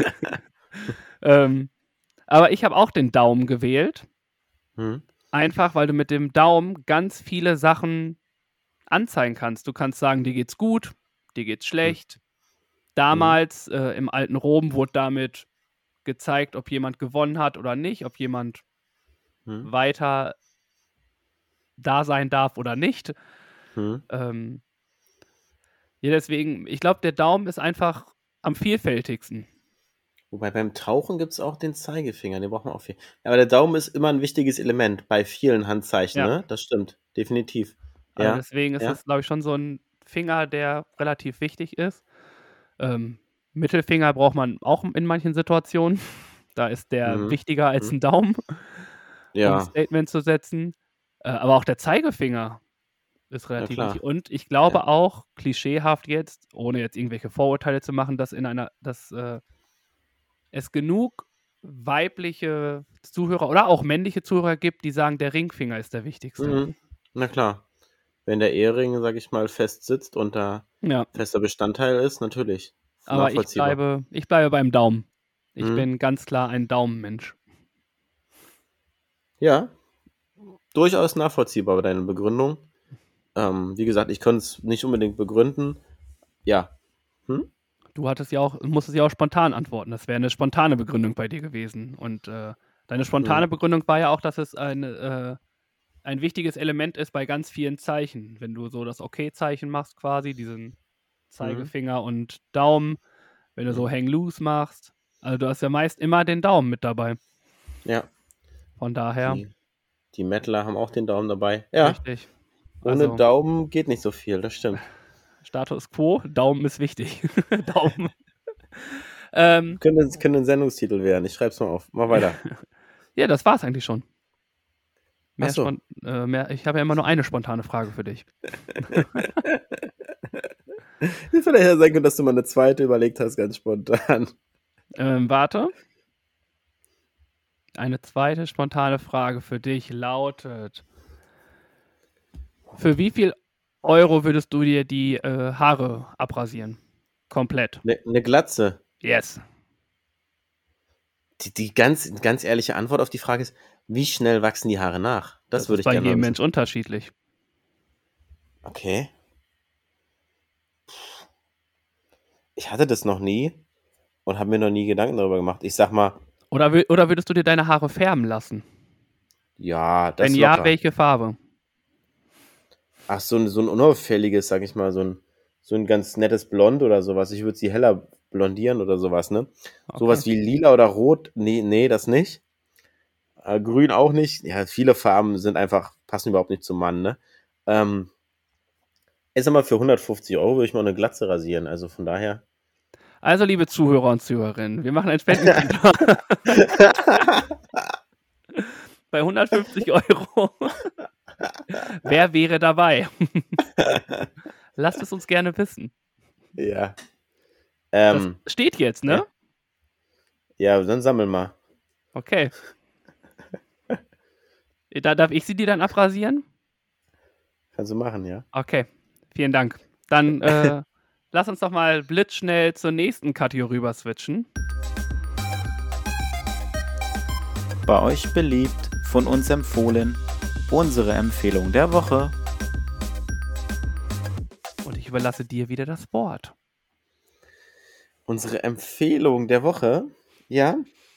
Aber ich habe auch den Daumen gewählt. Einfach, weil du mit dem Daumen ganz viele Sachen anzeigen kannst. Du kannst sagen, dir geht's gut, dir geht's schlecht. Damals im alten Rom wurde damit gezeigt, ob jemand gewonnen hat oder nicht, ob jemand weiter da sein darf oder nicht. Ja, deswegen, ich glaube, der Daumen ist einfach am vielfältigsten. Wobei beim Tauchen gibt es auch den Zeigefinger, den braucht man auch viel. Ja, aber der Daumen ist immer ein wichtiges Element bei vielen Handzeichen, ne? Das stimmt, definitiv. Also deswegen ist es, glaube ich, schon so ein Finger, der relativ wichtig ist. Mittelfinger braucht man auch in manchen Situationen. Da ist der wichtiger als ein Daumen, um ein Statement zu setzen. Aber auch der Zeigefinger. Ist Ja, relativ klar. wichtig. Und ich glaube Ja. auch, klischeehaft jetzt, ohne jetzt irgendwelche Vorurteile zu machen, dass es genug weibliche Zuhörer oder auch männliche Zuhörer gibt, die sagen, der Ringfinger ist der wichtigste. Mhm. Na klar. Wenn der Ehering, sag ich mal, fest sitzt und da Ja, fester Bestandteil ist, natürlich. aber ich Nachvollziehbar. bleibe beim Daumen. Ich Mhm. bin ganz klar ein Daumenmensch. Ja, durchaus nachvollziehbar bei deiner Begründung. Wie gesagt, ich konnte es nicht unbedingt begründen. Ja. Hm? Du musstest ja auch spontan antworten. Das wäre eine spontane Begründung bei dir gewesen. Und deine spontane Begründung war ja auch, dass es ein wichtiges Element ist bei ganz vielen Zeichen. Wenn du so das Okay-Zeichen machst, quasi, diesen Zeigefinger und Daumen, wenn du so Hang Loose machst. Also du hast ja meist immer den Daumen mit dabei. Ja. Von daher, Die Mettler haben auch den Daumen dabei. Ja, richtig. ohne Also Daumen geht nicht so viel, das stimmt. Status Quo, Daumen ist wichtig. Daumen. Könnte ein Sendungstitel werden. Ich schreib's mal auf. Mach weiter. Ja, das war's eigentlich schon. Ach so. Ich habe ja immer nur eine spontane Frage für dich. Hätte vielleicht ja sein können, dass du mal eine zweite überlegt hast, ganz spontan. Warte. Eine zweite spontane Frage für dich lautet: Für wie viel Euro würdest du dir die Haare abrasieren? Komplett. Eine Glatze. Yes. Die ganz ehrliche Antwort auf die Frage ist, wie schnell wachsen die Haare nach? Das würde ist ich bei gerne jedem wissen. Mensch unterschiedlich. Okay. Ich hatte das noch nie und habe mir noch nie Gedanken darüber gemacht. Ich sag mal, Oder würdest du dir deine Haare färben lassen? ja, das Wenn locker. ja, welche Farbe? Ach, so ein unauffälliges, sag ich mal, so ein ganz nettes Blond oder sowas. Ich würde sie heller blondieren oder sowas, ne? Okay. Sowas wie lila oder rot, nee, das nicht. Grün auch nicht. Ja, viele Farben passen überhaupt nicht zum Mann, ne? Ich sag mal, für 150 Euro würde ich mal eine Glatze rasieren, also von daher. Also, liebe Zuhörer und Zuhörerinnen, wir machen ein Spendenkonto. Bei 150 Euro. Wer wäre dabei? Lasst es uns gerne wissen. Ja. Das steht jetzt, ne? Ja, dann sammel mal. Okay. Darf ich sie dir dann abrasieren? Kannst du machen, ja. Okay, vielen Dank. Dann lass uns doch mal blitzschnell zur nächsten Kategorie rüber switchen. Bei euch beliebt, von uns empfohlen, unsere Empfehlung der Woche. Und ich überlasse dir wieder das Wort. Unsere Empfehlung der Woche, ja.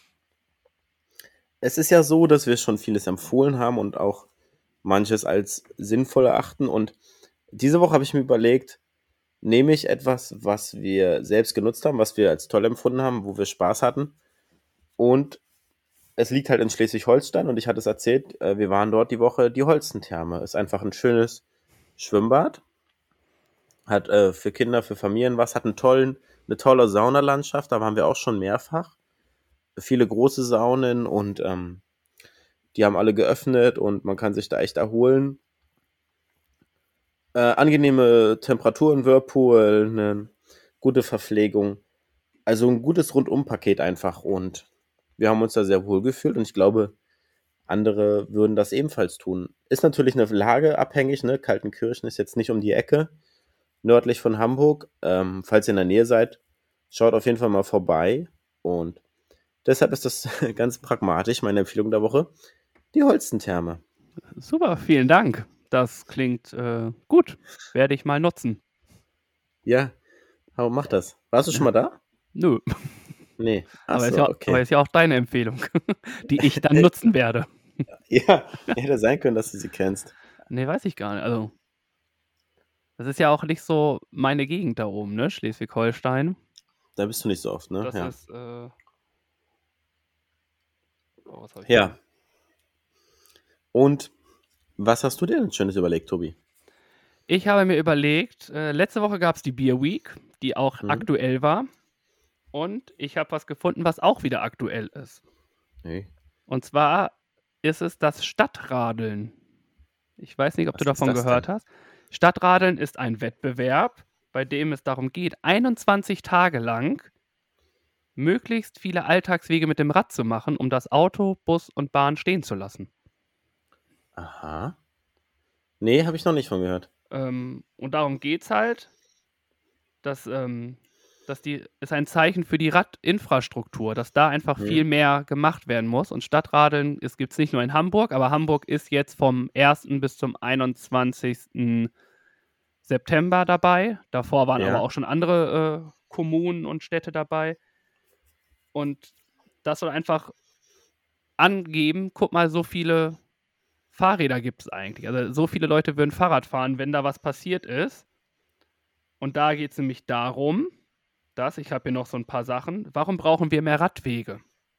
Es ist ja so, dass wir schon vieles empfohlen haben und auch manches als sinnvoll erachten. Und diese Woche habe ich mir überlegt, nehme ich etwas, was wir selbst genutzt haben, was wir als toll empfunden haben, wo wir Spaß hatten. Und es liegt halt in Schleswig-Holstein und ich hatte es erzählt, wir waren dort die Woche, die Holstentherme. Ist einfach ein schönes Schwimmbad. Hat für Kinder, für Familien was, hat eine tolle Saunalandschaft, da waren wir auch schon mehrfach. Viele große Saunen und die haben alle geöffnet und man kann sich da echt erholen. Angenehme Temperaturen, Whirlpool, eine gute Verpflegung. Also ein gutes Rundumpaket einfach und wir haben uns da sehr wohl gefühlt und ich glaube, andere würden das ebenfalls tun. Ist natürlich eine Lage abhängig, ne? Kaltenkirchen ist jetzt nicht um die Ecke, nördlich von Hamburg. Falls ihr in der Nähe seid, schaut auf jeden Fall mal vorbei und deshalb ist das ganz pragmatisch, meine Empfehlung der Woche, die Holstentherme. Super, vielen Dank. Das klingt gut. Werde ich mal nutzen. Ja, mach das. Warst du schon mal da? Nö. Nee. Aber Okay. ist ja auch deine Empfehlung, die ich dann nutzen werde. Ja, hätte sein können, dass du sie kennst. Nee, weiß ich gar nicht. Also, das ist ja auch nicht so meine Gegend da oben, ne? Schleswig-Holstein. Da bist du nicht so oft, ne? Das Ja. ist, was hab ich Ja. Und was hast du dir denn Schönes überlegt, Tobi? Ich habe mir überlegt, letzte Woche gab es die Beer Week, die auch aktuell war. Und ich habe was gefunden, was auch wieder aktuell ist. Nee. Und zwar ist es das Stadtradeln. Ich weiß nicht, ob du Was ist davon das gehört denn? hast. Stadtradeln ist ein Wettbewerb, bei dem es darum geht, 21 Tage lang möglichst viele Alltagswege mit dem Rad zu machen, um das Auto, Bus und Bahn stehen zu lassen. Aha. Nee, habe ich noch nicht von gehört. Und darum geht es halt, dass ist ein Zeichen für die Radinfrastruktur, dass da einfach viel mehr gemacht werden muss. Und Stadtradeln gibt es nicht nur in Hamburg, aber Hamburg ist jetzt vom 1. bis zum 21. September dabei. Davor waren aber auch schon andere Kommunen und Städte dabei. Und das soll einfach angeben, guck mal, so viele Fahrräder gibt es eigentlich. Also so viele Leute würden Fahrrad fahren, wenn da was passiert ist. Und da geht es nämlich darum, ich habe hier noch so ein paar Sachen, warum brauchen wir mehr Radwege?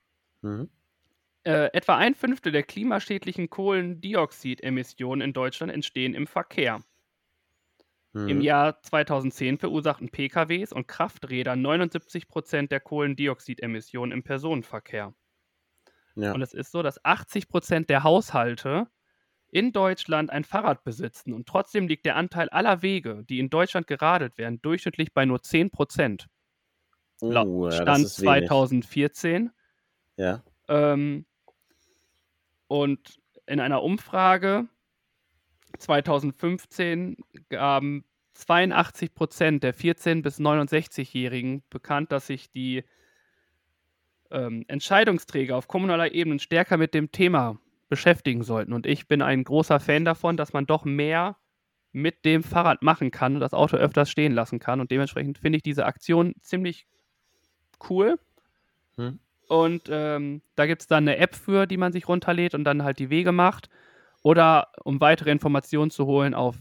Etwa 1/5 der klimaschädlichen Kohlendioxidemissionen in Deutschland entstehen im Verkehr. Im Jahr 2010 verursachten PKWs und Krafträder 79% der Kohlendioxidemissionen im Personenverkehr. Ja. Und es ist so, dass 80% der Haushalte in Deutschland ein Fahrrad besitzen. Und trotzdem liegt der Anteil aller Wege, die in Deutschland geradelt werden, durchschnittlich bei nur 10%. Das Stand ist wenig. 2014. Ja. Und in einer Umfrage 2015 gaben 82% der 14- bis 69-Jährigen bekannt, dass sich die Entscheidungsträger auf kommunaler Ebene stärker mit dem Thema beschäftigen sollten. Und ich bin ein großer Fan davon, dass man doch mehr mit dem Fahrrad machen kann und das Auto öfters stehen lassen kann. Und dementsprechend finde ich diese Aktion ziemlich cool. Und da gibt es dann eine App für, die man sich runterlädt und dann halt die Wege macht. Oder um weitere Informationen zu holen auf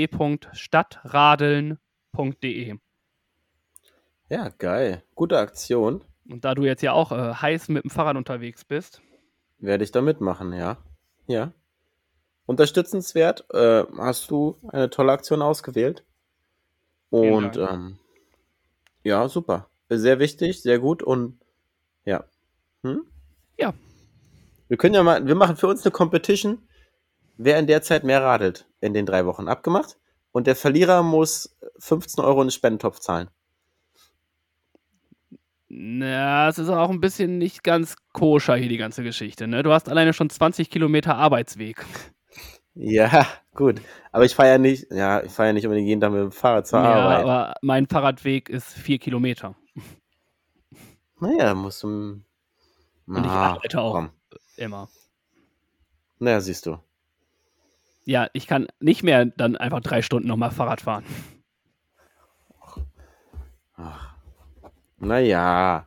www.stadtradeln.de. Ja, geil. Gute Aktion. Und da du jetzt ja auch heiß mit dem Fahrrad unterwegs bist, werde ich da mitmachen, ja. Ja. Unterstützenswert. Hast du eine tolle Aktion ausgewählt. Und ja, super. Sehr wichtig, sehr gut und ja. Ja. Wir machen für uns eine Competition, wer in der Zeit mehr radelt in den 3 Wochen. Abgemacht. Und der Verlierer muss 15 € in den Spendentopf zahlen. Na, es ist auch ein bisschen nicht ganz koscher hier, die ganze Geschichte, ne? Du hast alleine schon 20 Kilometer Arbeitsweg. Ja, gut. Aber ich fahre ja nicht unbedingt jeden Tag mit dem Fahrrad zur Arbeit. Aber mein Fahrradweg ist 4 Kilometer. Naja, musst du... Und ich arbeite auch immer. Naja, siehst du. Ja, ich kann nicht mehr dann einfach 3 Stunden nochmal Fahrrad fahren. Ach. Naja.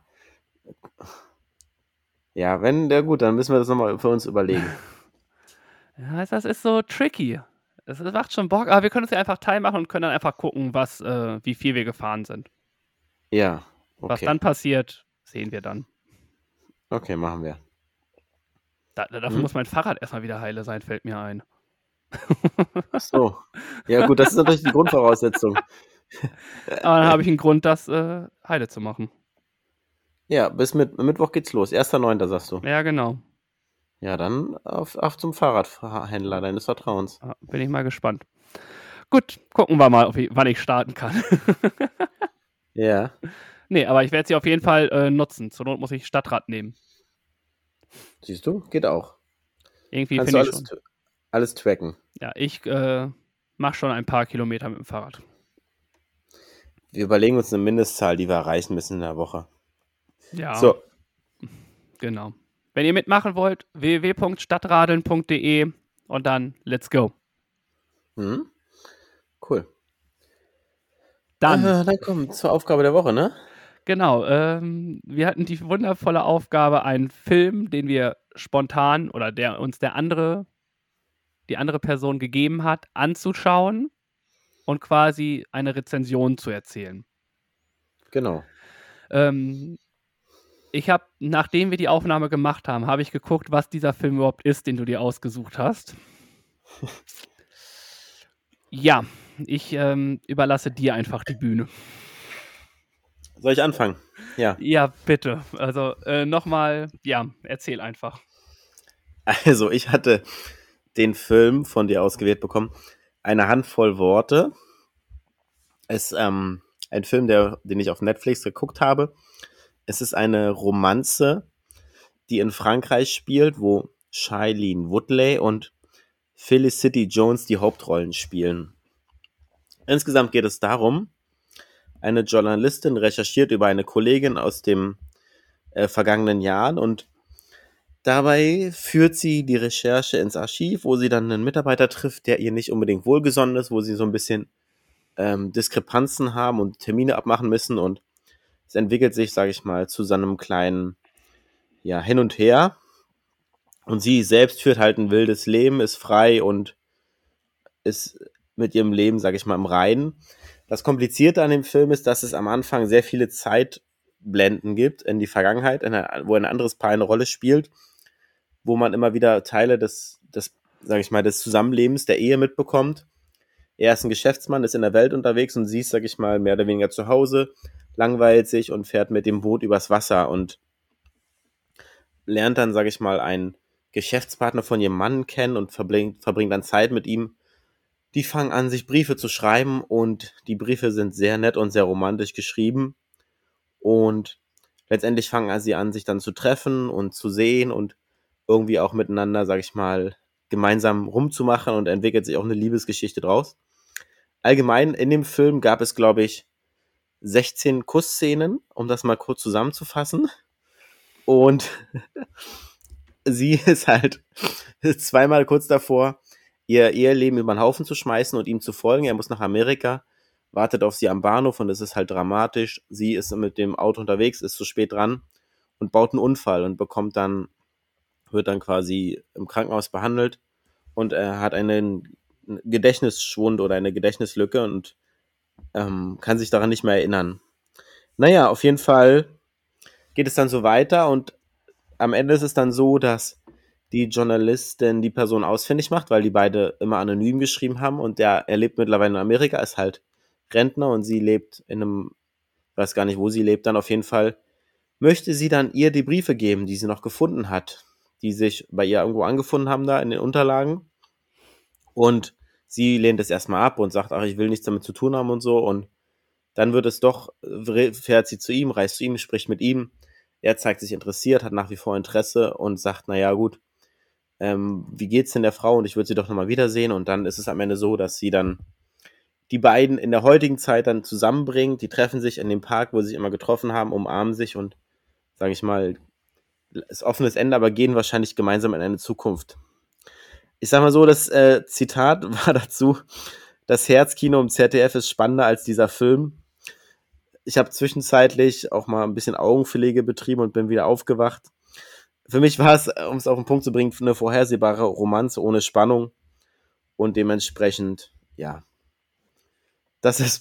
Ja, gut, dann müssen wir das nochmal für uns überlegen. Ja, das ist so tricky. Es macht schon Bock, aber wir können es ja einfach teil machen und können dann einfach gucken, wie viel wir gefahren sind. Ja, okay. Was dann passiert, sehen wir dann. Okay, machen wir. Dafür muss mein Fahrrad erstmal wieder heile sein, fällt mir ein. Ach so. Ja gut, das ist natürlich die Grundvoraussetzung. Aber dann habe ich einen Grund, das heile zu machen. Ja, bis Mittwoch geht's los. 1.9. sagst du. Ja, genau. Ja, dann auf zum Fahrradhändler deines Vertrauens. Bin ich mal gespannt. Gut, gucken wir mal, wann ich starten kann. Ja. Nee, aber ich werde sie auf jeden Fall nutzen. Zur Not muss ich Stadtrad nehmen. Siehst du? Geht auch. Irgendwie Kannst finde du ich schon. Alles tracken. Ja, ich mache schon ein paar Kilometer mit dem Fahrrad. Wir überlegen uns eine Mindestzahl, die wir erreichen müssen in der Woche. Ja, So, genau. Wenn ihr mitmachen wollt, www.stadtradeln.de und dann let's go. cool. Dann, Dann kommen wir zur Aufgabe der Woche, ne? genau, wir hatten die wundervolle Aufgabe, einen Film, den wir spontan oder der uns die andere Person gegeben hat, anzuschauen und quasi eine Rezension zu erzählen. Genau. Ich habe, nachdem wir die Aufnahme gemacht haben, habe ich geguckt, was dieser Film überhaupt ist, den du dir ausgesucht hast. Ja, ich überlasse dir einfach die Bühne. Soll ich anfangen? Ja. Ja, bitte. Also nochmal, ja, erzähl einfach. Also, ich hatte den Film von dir ausgewählt bekommen, Eine Handvoll Worte ist ein Film, den ich auf Netflix geguckt habe. Es ist eine Romanze, die in Frankreich spielt, wo Shailene Woodley und Felicity Jones die Hauptrollen spielen. Insgesamt geht es darum, eine Journalistin recherchiert über eine Kollegin aus dem vergangenen Jahren und dabei führt sie die Recherche ins Archiv, wo sie dann einen Mitarbeiter trifft, der ihr nicht unbedingt wohlgesonnen ist, wo sie so ein bisschen Diskrepanzen haben und Termine abmachen müssen und es entwickelt sich, sage ich mal, zu so einem kleinen Hin und Her. Und sie selbst führt halt ein wildes Leben, ist frei und ist mit ihrem Leben, sage ich mal, im Reinen. Das Komplizierte an dem Film ist, dass es am Anfang sehr viele Zeitblenden gibt in die Vergangenheit, wo ein anderes Paar eine Rolle spielt, wo man immer wieder Teile des Zusammenlebens der Ehe mitbekommt. Er ist ein Geschäftsmann, ist in der Welt unterwegs und sie ist, sag ich mal, mehr oder weniger zu Hause, langweilt sich und fährt mit dem Boot übers Wasser und lernt dann, sag ich mal, einen Geschäftspartner von ihrem Mann kennen und verbringt dann Zeit mit ihm. Die fangen an, sich Briefe zu schreiben und die Briefe sind sehr nett und sehr romantisch geschrieben und letztendlich fangen sie an, sich dann zu treffen und zu sehen und irgendwie auch miteinander, sag ich mal, gemeinsam rumzumachen und entwickelt sich auch eine Liebesgeschichte draus. Allgemein in dem Film gab es, glaube ich, 16 Kussszenen, um das mal kurz zusammenzufassen. Und sie ist halt zweimal kurz davor, ihr Eheleben über den Haufen zu schmeißen und ihm zu folgen. Er muss nach Amerika, wartet auf sie am Bahnhof und es ist halt dramatisch. Sie ist mit dem Auto unterwegs, ist zu spät dran und baut einen Unfall und wird dann quasi im Krankenhaus behandelt und er hat einen Gedächtnisschwund oder eine Gedächtnislücke und kann sich daran nicht mehr erinnern. Naja, auf jeden Fall geht es dann so weiter und am Ende ist es dann so, dass die Journalistin die Person ausfindig macht, weil die beide immer anonym geschrieben haben und er lebt mittlerweile in Amerika, ist halt Rentner und sie lebt in einem, weiß gar nicht, wo sie lebt, dann auf jeden Fall möchte sie dann ihr die Briefe geben, die sie noch gefunden hat, die sich bei ihr irgendwo angefunden haben da in den Unterlagen und sie lehnt es erstmal ab und sagt, ach, ich will nichts damit zu tun haben und so und dann fährt sie zu ihm, reist zu ihm, spricht mit ihm, er zeigt sich interessiert, hat nach wie vor Interesse und sagt, naja gut, wie geht's denn der Frau und ich würde sie doch nochmal wiedersehen und dann ist es am Ende so, dass sie dann die beiden in der heutigen Zeit dann zusammenbringt, die treffen sich in dem Park, wo sie sich immer getroffen haben, umarmen sich und, sage ich mal, ist offenes Ende, aber gehen wahrscheinlich gemeinsam in eine Zukunft. Ich sag mal so, das Zitat war dazu, das Herzkino im ZDF ist spannender als dieser Film. Ich habe zwischenzeitlich auch mal ein bisschen Augenpflege betrieben und bin wieder aufgewacht. Für mich war es, um es auf den Punkt zu bringen, eine vorhersehbare Romanze ohne Spannung und dementsprechend, ja, das ist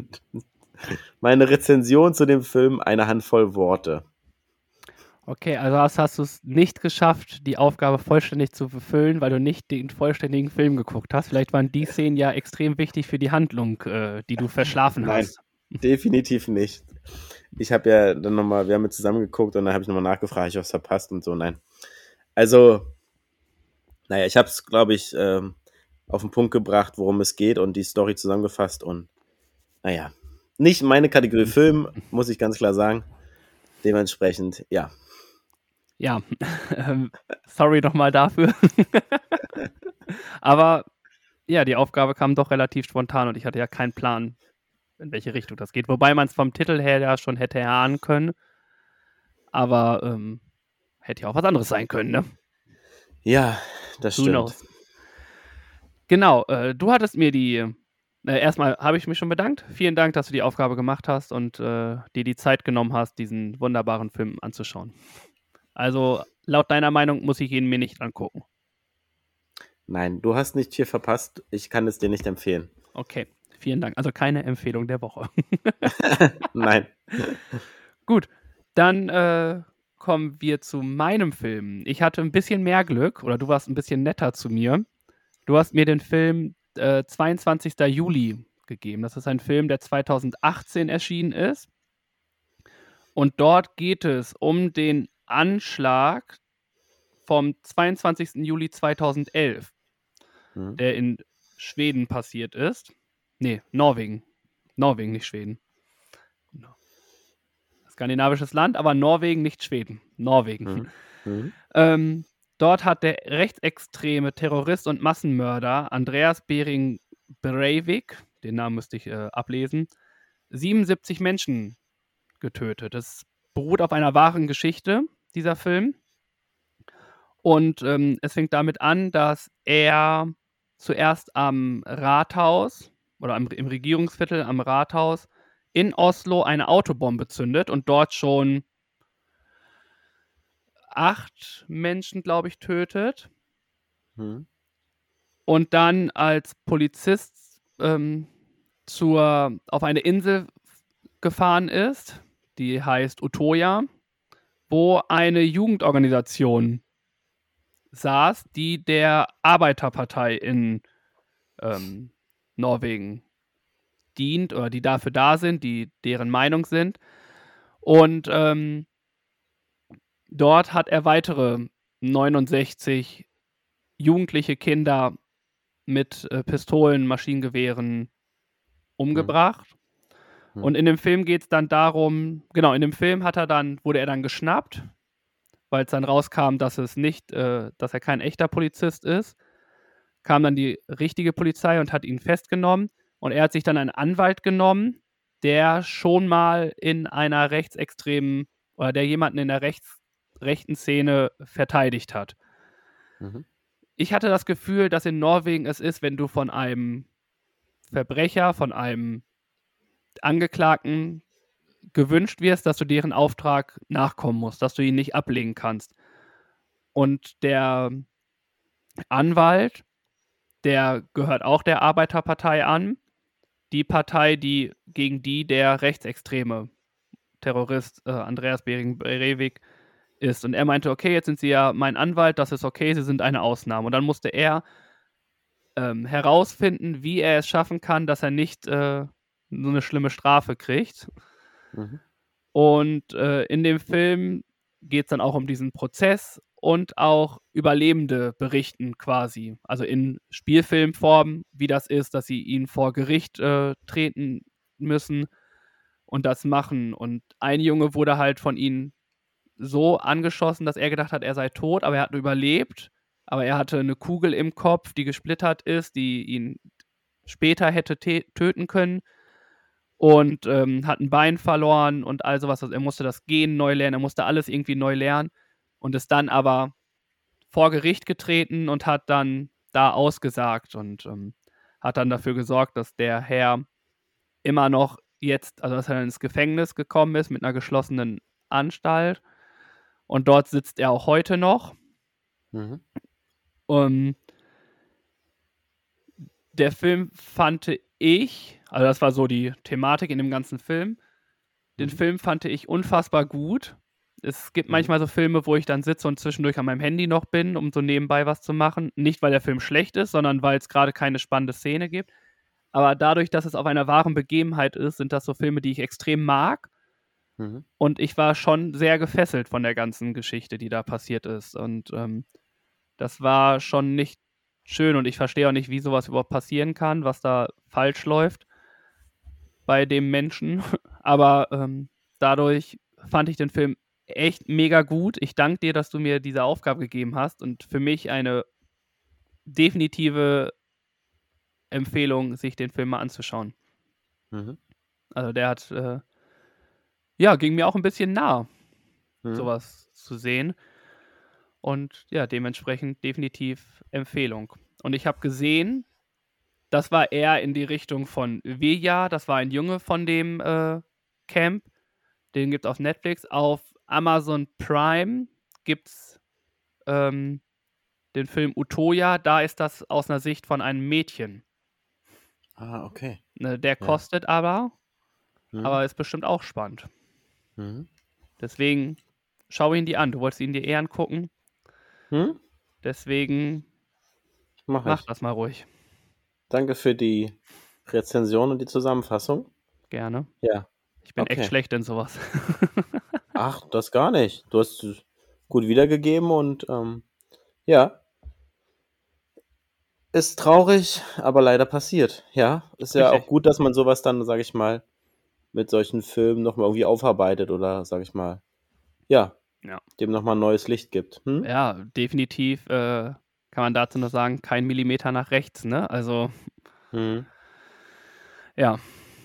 meine Rezension zu dem Film, eine Handvoll Worte. Okay, also hast du es nicht geschafft, die Aufgabe vollständig zu befüllen, weil du nicht den vollständigen Film geguckt hast. Vielleicht waren die Szenen ja extrem wichtig für die Handlung, die du verschlafen hast. Nein, definitiv nicht. Ich habe ja dann nochmal, wir haben jetzt zusammen geguckt und dann habe ich nochmal nachgefragt, ich habe es verpasst und so, nein. Also, naja, ich habe es, glaube ich, auf den Punkt gebracht, worum es geht und die Story zusammengefasst und naja, nicht meine Kategorie Film, muss ich ganz klar sagen. Dementsprechend, ja. Ja, sorry nochmal dafür. Aber ja, die Aufgabe kam doch relativ spontan und ich hatte ja keinen Plan, in welche Richtung das geht. Wobei man es vom Titel her ja schon hätte erahnen können. Aber hätte ja auch was anderes sein können, ne? Ja, das stimmt. knows? Genau, du hattest mir erstmal habe ich mich schon bedankt. Vielen Dank, dass du die Aufgabe gemacht hast und dir die Zeit genommen hast, diesen wunderbaren Film anzuschauen. Also, laut deiner Meinung muss ich ihn mir nicht angucken. Nein, du hast nicht viel verpasst. Ich kann es dir nicht empfehlen. Okay, vielen Dank. Also keine Empfehlung der Woche. Nein. Gut, dann kommen wir zu meinem Film. Ich hatte ein bisschen mehr Glück, oder du warst ein bisschen netter zu mir. Du hast mir den Film 22. Juli gegeben. Das ist ein Film, der 2018 erschienen ist. Und dort geht es um den Anschlag vom 22. Juli 2011, der in Schweden passiert ist. Nee, Norwegen. Norwegen, nicht Schweden. Skandinavisches Land, aber Norwegen, nicht Schweden. Norwegen. Dort hat der rechtsextreme Terrorist und Massenmörder Andreas Behring Breivik, den Namen müsste ich ablesen, 77 Menschen getötet. Das beruht auf einer wahren Geschichte, dieser Film. Und es fängt damit an, dass er zuerst am Rathaus oder im Regierungsviertel am Rathaus in Oslo eine Autobombe zündet und dort schon 8 Menschen, glaube ich, tötet. Und dann als Polizist auf eine Insel gefahren ist, die heißt Utoya, wo eine Jugendorganisation saß, die der Arbeiterpartei in Norwegen dient oder die dafür da sind, die deren Meinung sind. Und dort hat er weitere 69 jugendliche Kinder mit Pistolen, Maschinengewehren umgebracht. Und in dem Film geht es dann darum, genau, in dem Film wurde er dann geschnappt, weil es dann rauskam, dass dass er kein echter Polizist ist. Kam dann die richtige Polizei und hat ihn festgenommen. Und er hat sich dann einen Anwalt genommen, der schon mal in einer rechtsextremen oder der jemanden in der rechten Szene verteidigt hat. Ich hatte das Gefühl, dass in Norwegen es ist, wenn du von einem Verbrecher, von einem Angeklagten gewünscht wirst, dass du deren Auftrag nachkommen musst, dass du ihn nicht ablehnen kannst. Und der Anwalt, der gehört auch der Arbeiterpartei an, die Partei, gegen die der rechtsextreme Terrorist Andreas Behring Breivik ist. Und er meinte, okay, jetzt sind Sie ja mein Anwalt, das ist okay, Sie sind eine Ausnahme. Und dann musste er herausfinden, wie er es schaffen kann, dass er nicht so eine schlimme Strafe kriegt. Und in dem Film geht es dann auch um diesen Prozess und auch Überlebende berichten quasi. Also in Spielfilmform, wie das ist, dass sie ihn vor Gericht treten müssen und das machen. Und ein Junge wurde halt von ihnen so angeschossen, dass er gedacht hat, er sei tot, aber er hat überlebt. Aber er hatte eine Kugel im Kopf, die gesplittert ist, die ihn später hätte töten können. Und hat ein Bein verloren und all sowas. Also er musste das Gehen neu lernen, er musste alles irgendwie neu lernen und ist dann aber vor Gericht getreten und hat dann da ausgesagt und hat dann dafür gesorgt, dass der Herr immer noch jetzt, also dass er ins Gefängnis gekommen ist mit einer geschlossenen Anstalt und dort sitzt er auch heute noch. Der Film fand ich, also das war so die Thematik in dem ganzen Film, den Film fand ich unfassbar gut. Es gibt manchmal so Filme, wo ich dann sitze und zwischendurch an meinem Handy noch bin, um so nebenbei was zu machen. Nicht, weil der Film schlecht ist, sondern weil es gerade keine spannende Szene gibt. Aber dadurch, dass es auf einer wahren Begebenheit ist, sind das so Filme, die ich extrem mag. Und ich war schon sehr gefesselt von der ganzen Geschichte, die da passiert ist. Und das war schon nicht schön und ich verstehe auch nicht, wie sowas überhaupt passieren kann, was da falsch läuft bei dem Menschen. Aber dadurch fand ich den Film echt mega gut. Ich danke dir, dass du mir diese Aufgabe gegeben hast und für mich eine definitive Empfehlung, sich den Film mal anzuschauen. Also der hat, ging mir auch ein bisschen nah, sowas zu sehen. Und ja, dementsprechend definitiv Empfehlung. Und ich habe gesehen, das war eher in die Richtung von Veja, das war ein Junge von dem Camp. Den gibt es auf Netflix. Auf Amazon Prime gibt es den Film Utoya, da ist das aus einer Sicht von einem Mädchen. Ah, okay. Der kostet aber ist bestimmt auch spannend. Deswegen schau ihn dir an. Du wolltest ihn dir eher angucken. Deswegen mach das mal ruhig. Danke für die Rezension und die Zusammenfassung. Gerne. Ja. Ich bin echt schlecht in sowas. Ach, das gar nicht. Du hast es gut wiedergegeben und ja. Ist traurig, aber leider passiert. Ja, ist ja Richtig. auch gut, dass man sowas dann, sage ich mal, mit solchen Filmen nochmal irgendwie aufarbeitet oder, sage ich mal, ja, Ja. dem nochmal ein neues Licht gibt. Ja, definitiv kann man dazu nur sagen, kein Millimeter nach rechts, ne? Also, Hm. ja.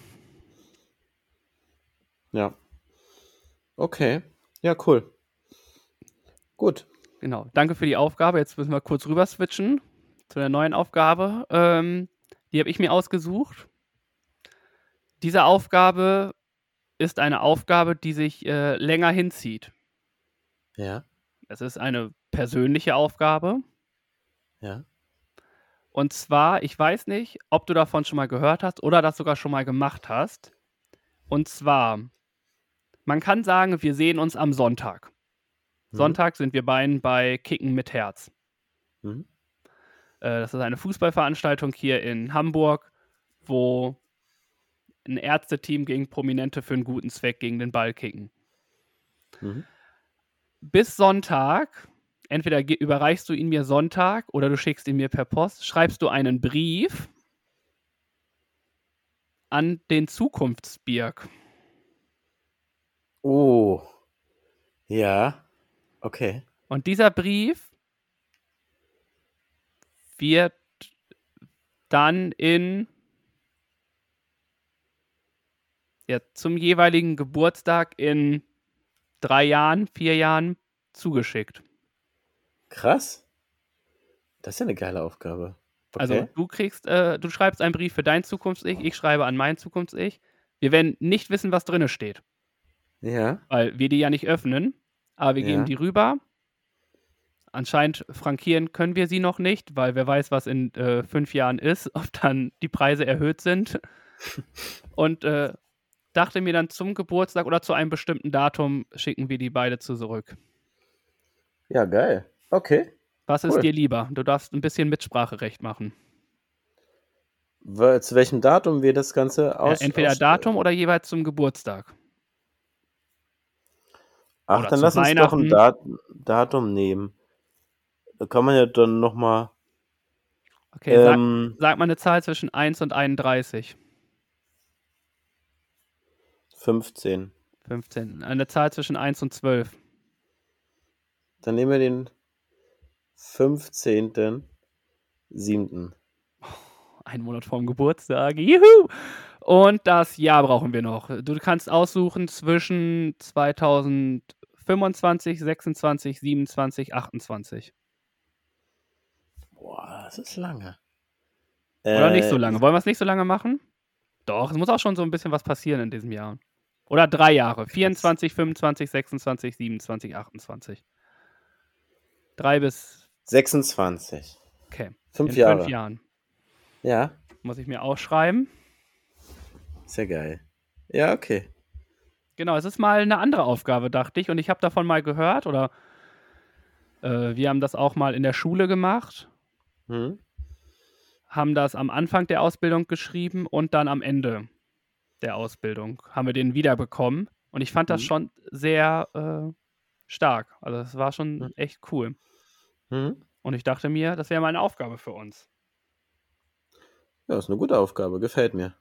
Ja. Okay. Ja, cool. Gut. Genau. Danke für die Aufgabe. Jetzt müssen wir kurz rüber switchen zu der neuen Aufgabe. Die habe ich mir ausgesucht. Diese Aufgabe ist eine Aufgabe, die sich länger hinzieht. Ja. Es ist eine persönliche Aufgabe. Ja. Und zwar, ich weiß nicht, ob du davon schon mal gehört hast oder das sogar schon mal gemacht hast. Und zwar, man kann sagen, wir sehen uns am Sonntag. Sonntag sind wir beiden bei Kicken mit Herz. Mhm. Das ist eine Fußballveranstaltung hier in Hamburg, wo ein Ärzteteam gegen Prominente für einen guten Zweck gegen den Ball kicken. Mhm. Bis Sonntag, entweder überreichst du ihn mir Sonntag oder du schickst ihn mir per Post, schreibst du einen Brief an den Zukunftsbirg. Oh. Ja. Okay. Und dieser Brief wird dann zum jeweiligen Geburtstag in 3 Jahren, 4 Jahren zugeschickt. Krass. Das ist ja eine geile Aufgabe. Okay. Also du schreibst einen Brief für dein Zukunfts-Ich, ich schreibe an mein Zukunfts-Ich. Wir werden nicht wissen, was drin steht, Ja. weil wir die ja nicht öffnen, aber wir geben Ja. die rüber. Anscheinend frankieren können wir sie noch nicht, weil wer weiß, was in 5 Jahren ist, ob dann die Preise erhöht sind. Und dachte mir dann zum Geburtstag oder zu einem bestimmten Datum schicken wir die beide zurück. Ja, geil. Okay. Was ist Cool. dir lieber? Du darfst ein bisschen Mitspracherecht machen. Zu welchem Datum wir das Ganze Entweder Datum oder jeweils zum Geburtstag. Ach, oder dann zu lass uns doch ein Weihnachten. Datum nehmen. Da kann man ja dann nochmal. Okay, sag mal eine Zahl zwischen 1 und 31. 15. 15. Eine Zahl zwischen 1 und 12. Dann nehmen wir den 15.07. Ein Monat vorm Geburtstag. Juhu! Und das Jahr brauchen wir noch. Du kannst aussuchen zwischen 2025, 26, 27, 28. Boah, das ist lange. Oder nicht so lange. Wollen wir es nicht so lange machen? Doch, es muss auch schon so ein bisschen was passieren in diesem Jahr. Oder 3 Jahre. 24, 25, 26, 27, 28. 3 bis... 26. Okay. 5 in Jahre. 5 Jahren. Ja, Muss ich mir aufschreiben. sehr geil. Ja, okay. Genau, es ist mal eine andere Aufgabe, dachte ich. Und ich habe davon mal gehört oder wir haben das auch mal in der Schule gemacht. Haben das am Anfang der Ausbildung geschrieben und dann am Ende der Ausbildung haben wir den wiederbekommen. Und ich fand das schon sehr stark. Also das war schon echt cool. Und ich dachte mir, das wäre mal eine Aufgabe für uns. Ja, ist eine gute Aufgabe. Gefällt mir.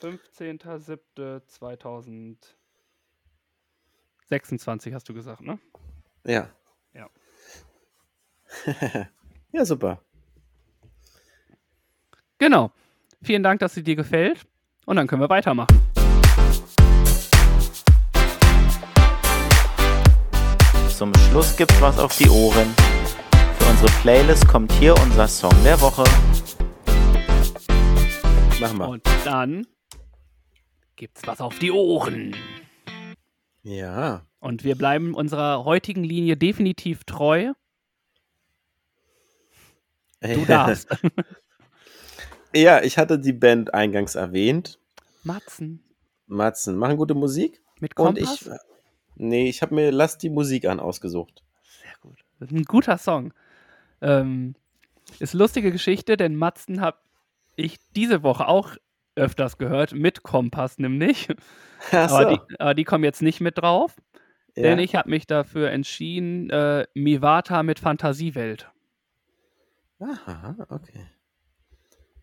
15.07.2026 hast du gesagt, ne? Ja. Ja. Ja, super. Genau. Vielen Dank, dass sie dir gefällt. Und dann können wir weitermachen. Zum Schluss gibt's was auf die Ohren. Für unsere Playlist kommt hier unser Song der Woche. Machen wir. Und dann gibt's was auf die Ohren. Ja. Und wir bleiben unserer heutigen Linie definitiv treu. Du darfst. Ja, ich hatte die Band eingangs erwähnt. Matzen. Machen gute Musik. Mit Und Kompass? ich habe mir Lass die Musik an ausgesucht. Sehr gut. Das ist ein guter Song. Ist lustige Geschichte, denn Matzen habe ich diese Woche auch öfters gehört, mit Kompass nämlich. Ach so. Aber die kommen jetzt nicht mit drauf, Ja. denn ich habe mich dafür entschieden, Mivata mit Fantasiewelt. Aha, okay.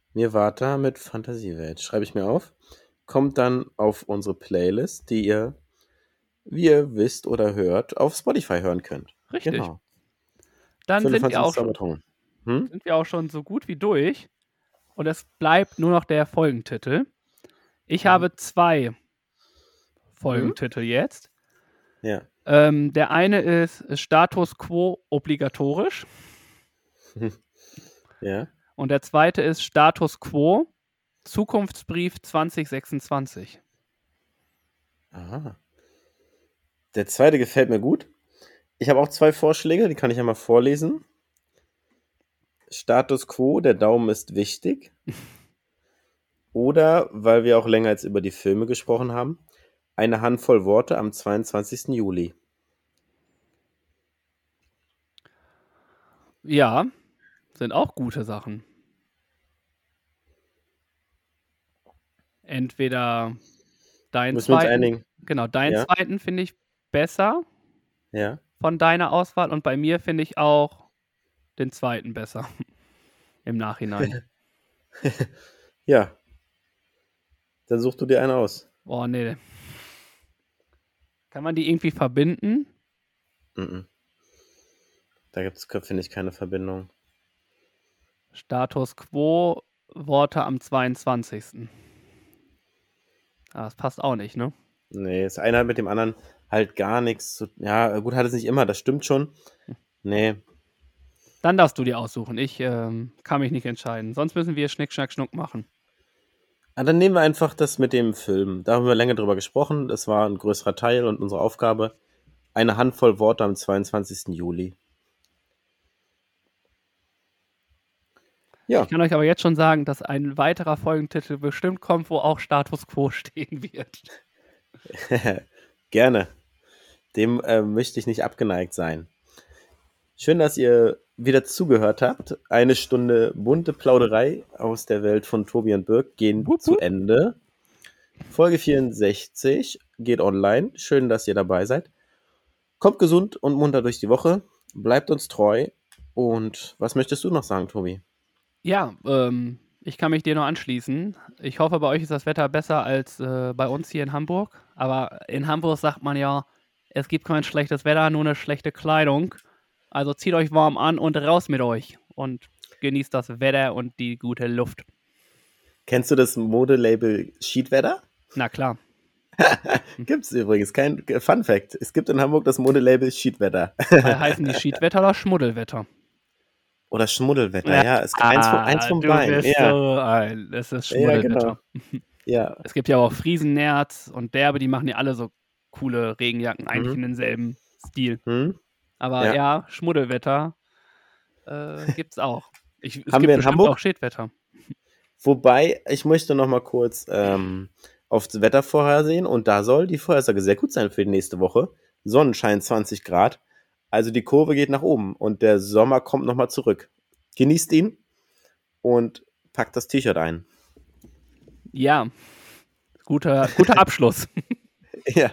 Mir Vata mit Fantasiewelt. Schreibe ich mir auf. Kommt dann auf unsere Playlist, die ihr, wie ihr wisst oder hört, auf Spotify hören könnt. Richtig. Genau. Dann Philipp, sind wir, auch schon, Zaubertrunken. Hm? sind wir auch schon so gut wie durch. Und es bleibt nur noch der Folgentitel. Ich habe 2 Folgentitel jetzt. Ja. Der eine ist Status Quo obligatorisch. Ja. Und der zweite ist Status Quo Zukunftsbrief 2026. Aha. Der zweite gefällt mir gut. Ich habe auch 2 Vorschläge, die kann ich einmal vorlesen. Status Quo, der Daumen ist wichtig. Oder, weil wir auch länger jetzt über die Filme gesprochen haben, eine Handvoll Worte am 22. Juli. Ja, sind auch gute Sachen. Entweder deinen Müssen wir uns zweiten, einigen? genau, deinen Ja. zweiten finde ich besser Ja. von deiner Auswahl und bei mir finde ich auch den zweiten besser im Nachhinein. Ja. Dann such du dir einen aus. Oh, nee. Kann man die irgendwie verbinden? Mhm. Da gibt es, finde ich, keine Verbindung. Status Quo, Worte am 22. Ah, das passt auch nicht, ne? Nee, das eine hat mit dem anderen halt gar nichts zu. Ja, gut, hat es nicht immer, das stimmt schon. Nee. Dann darfst du dir aussuchen. Ich kann mich nicht entscheiden. Sonst müssen wir Schnick, Schnack, Schnuck machen. Ah, dann nehmen wir einfach das mit dem Film. Da haben wir länger drüber gesprochen. Das war ein größerer Teil und unsere Aufgabe. Eine Handvoll Worte am 22. Juli. Ja, Ich kann euch aber jetzt schon sagen, dass ein weiterer Folgentitel bestimmt kommt, wo auch Status Quo stehen wird. gerne. Dem möchte ich nicht abgeneigt sein. Schön, dass ihr wieder zugehört habt. Eine Stunde bunte Plauderei aus der Welt von Tobi und Birk gehen Wupp, zu wupp. Ende. Folge 64 geht online. Schön, dass ihr dabei seid. Kommt gesund und munter durch die Woche. Bleibt uns treu. Und was möchtest du noch sagen, Tobi? Ja, ich kann mich dir nur anschließen. Ich hoffe, bei euch ist das Wetter besser als bei uns hier in Hamburg. Aber in Hamburg sagt man ja, es gibt kein schlechtes Wetter, nur eine schlechte Kleidung. Also zieht euch warm an und raus mit euch. Und genießt das Wetter und die gute Luft. Kennst du das Modelabel Sheetwetter? Na klar. Gibt es übrigens. Kein Fun Fact. Es gibt in Hamburg das Modelabel Sheetwetter. Heißen die Schiedwetter oder Schmuddelwetter? Oder Schmuddelwetter, ja. Es gibt eins von du beiden. bist Ja. so ein. Es ist Ja, Schmuddelwetter. genau. Ja. Es gibt ja auch Friesennerz und Derbe, die machen ja alle so coole Regenjacken, eigentlich in denselben Stil. Aber Ja. ja, Schmuddelwetter gibt's auch. Es Haben gibt wir in bestimmt Hamburg? auch Schädwetter. Wobei, ich möchte noch mal kurz aufs Wetter vorhersehen und da soll die Vorhersage sehr gut sein für die nächste Woche. Sonnenschein 20 Grad. Also die Kurve geht nach oben und der Sommer kommt noch mal zurück. Genießt ihn und packt das T-Shirt ein. Ja, guter Abschluss. Ja.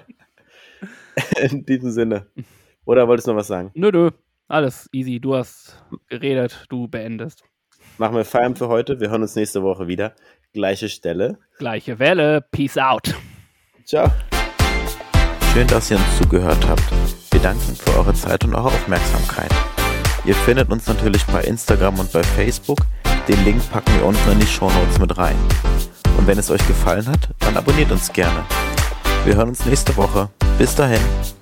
In diesem Sinne. Oder wolltest du noch was sagen? Nö, alles easy. Du hast geredet, du beendest. Machen wir Feierabend für heute. Wir hören uns nächste Woche wieder. Gleiche Stelle. Gleiche Welle, peace out. Ciao. Schön, dass ihr uns zugehört habt. Wir danken für eure Zeit und eure Aufmerksamkeit. Ihr findet uns natürlich bei Instagram und bei Facebook. Den Link packen wir unten in die Shownotes mit rein. Und wenn es euch gefallen hat, dann abonniert uns gerne. Wir hören uns nächste Woche. Bis dahin.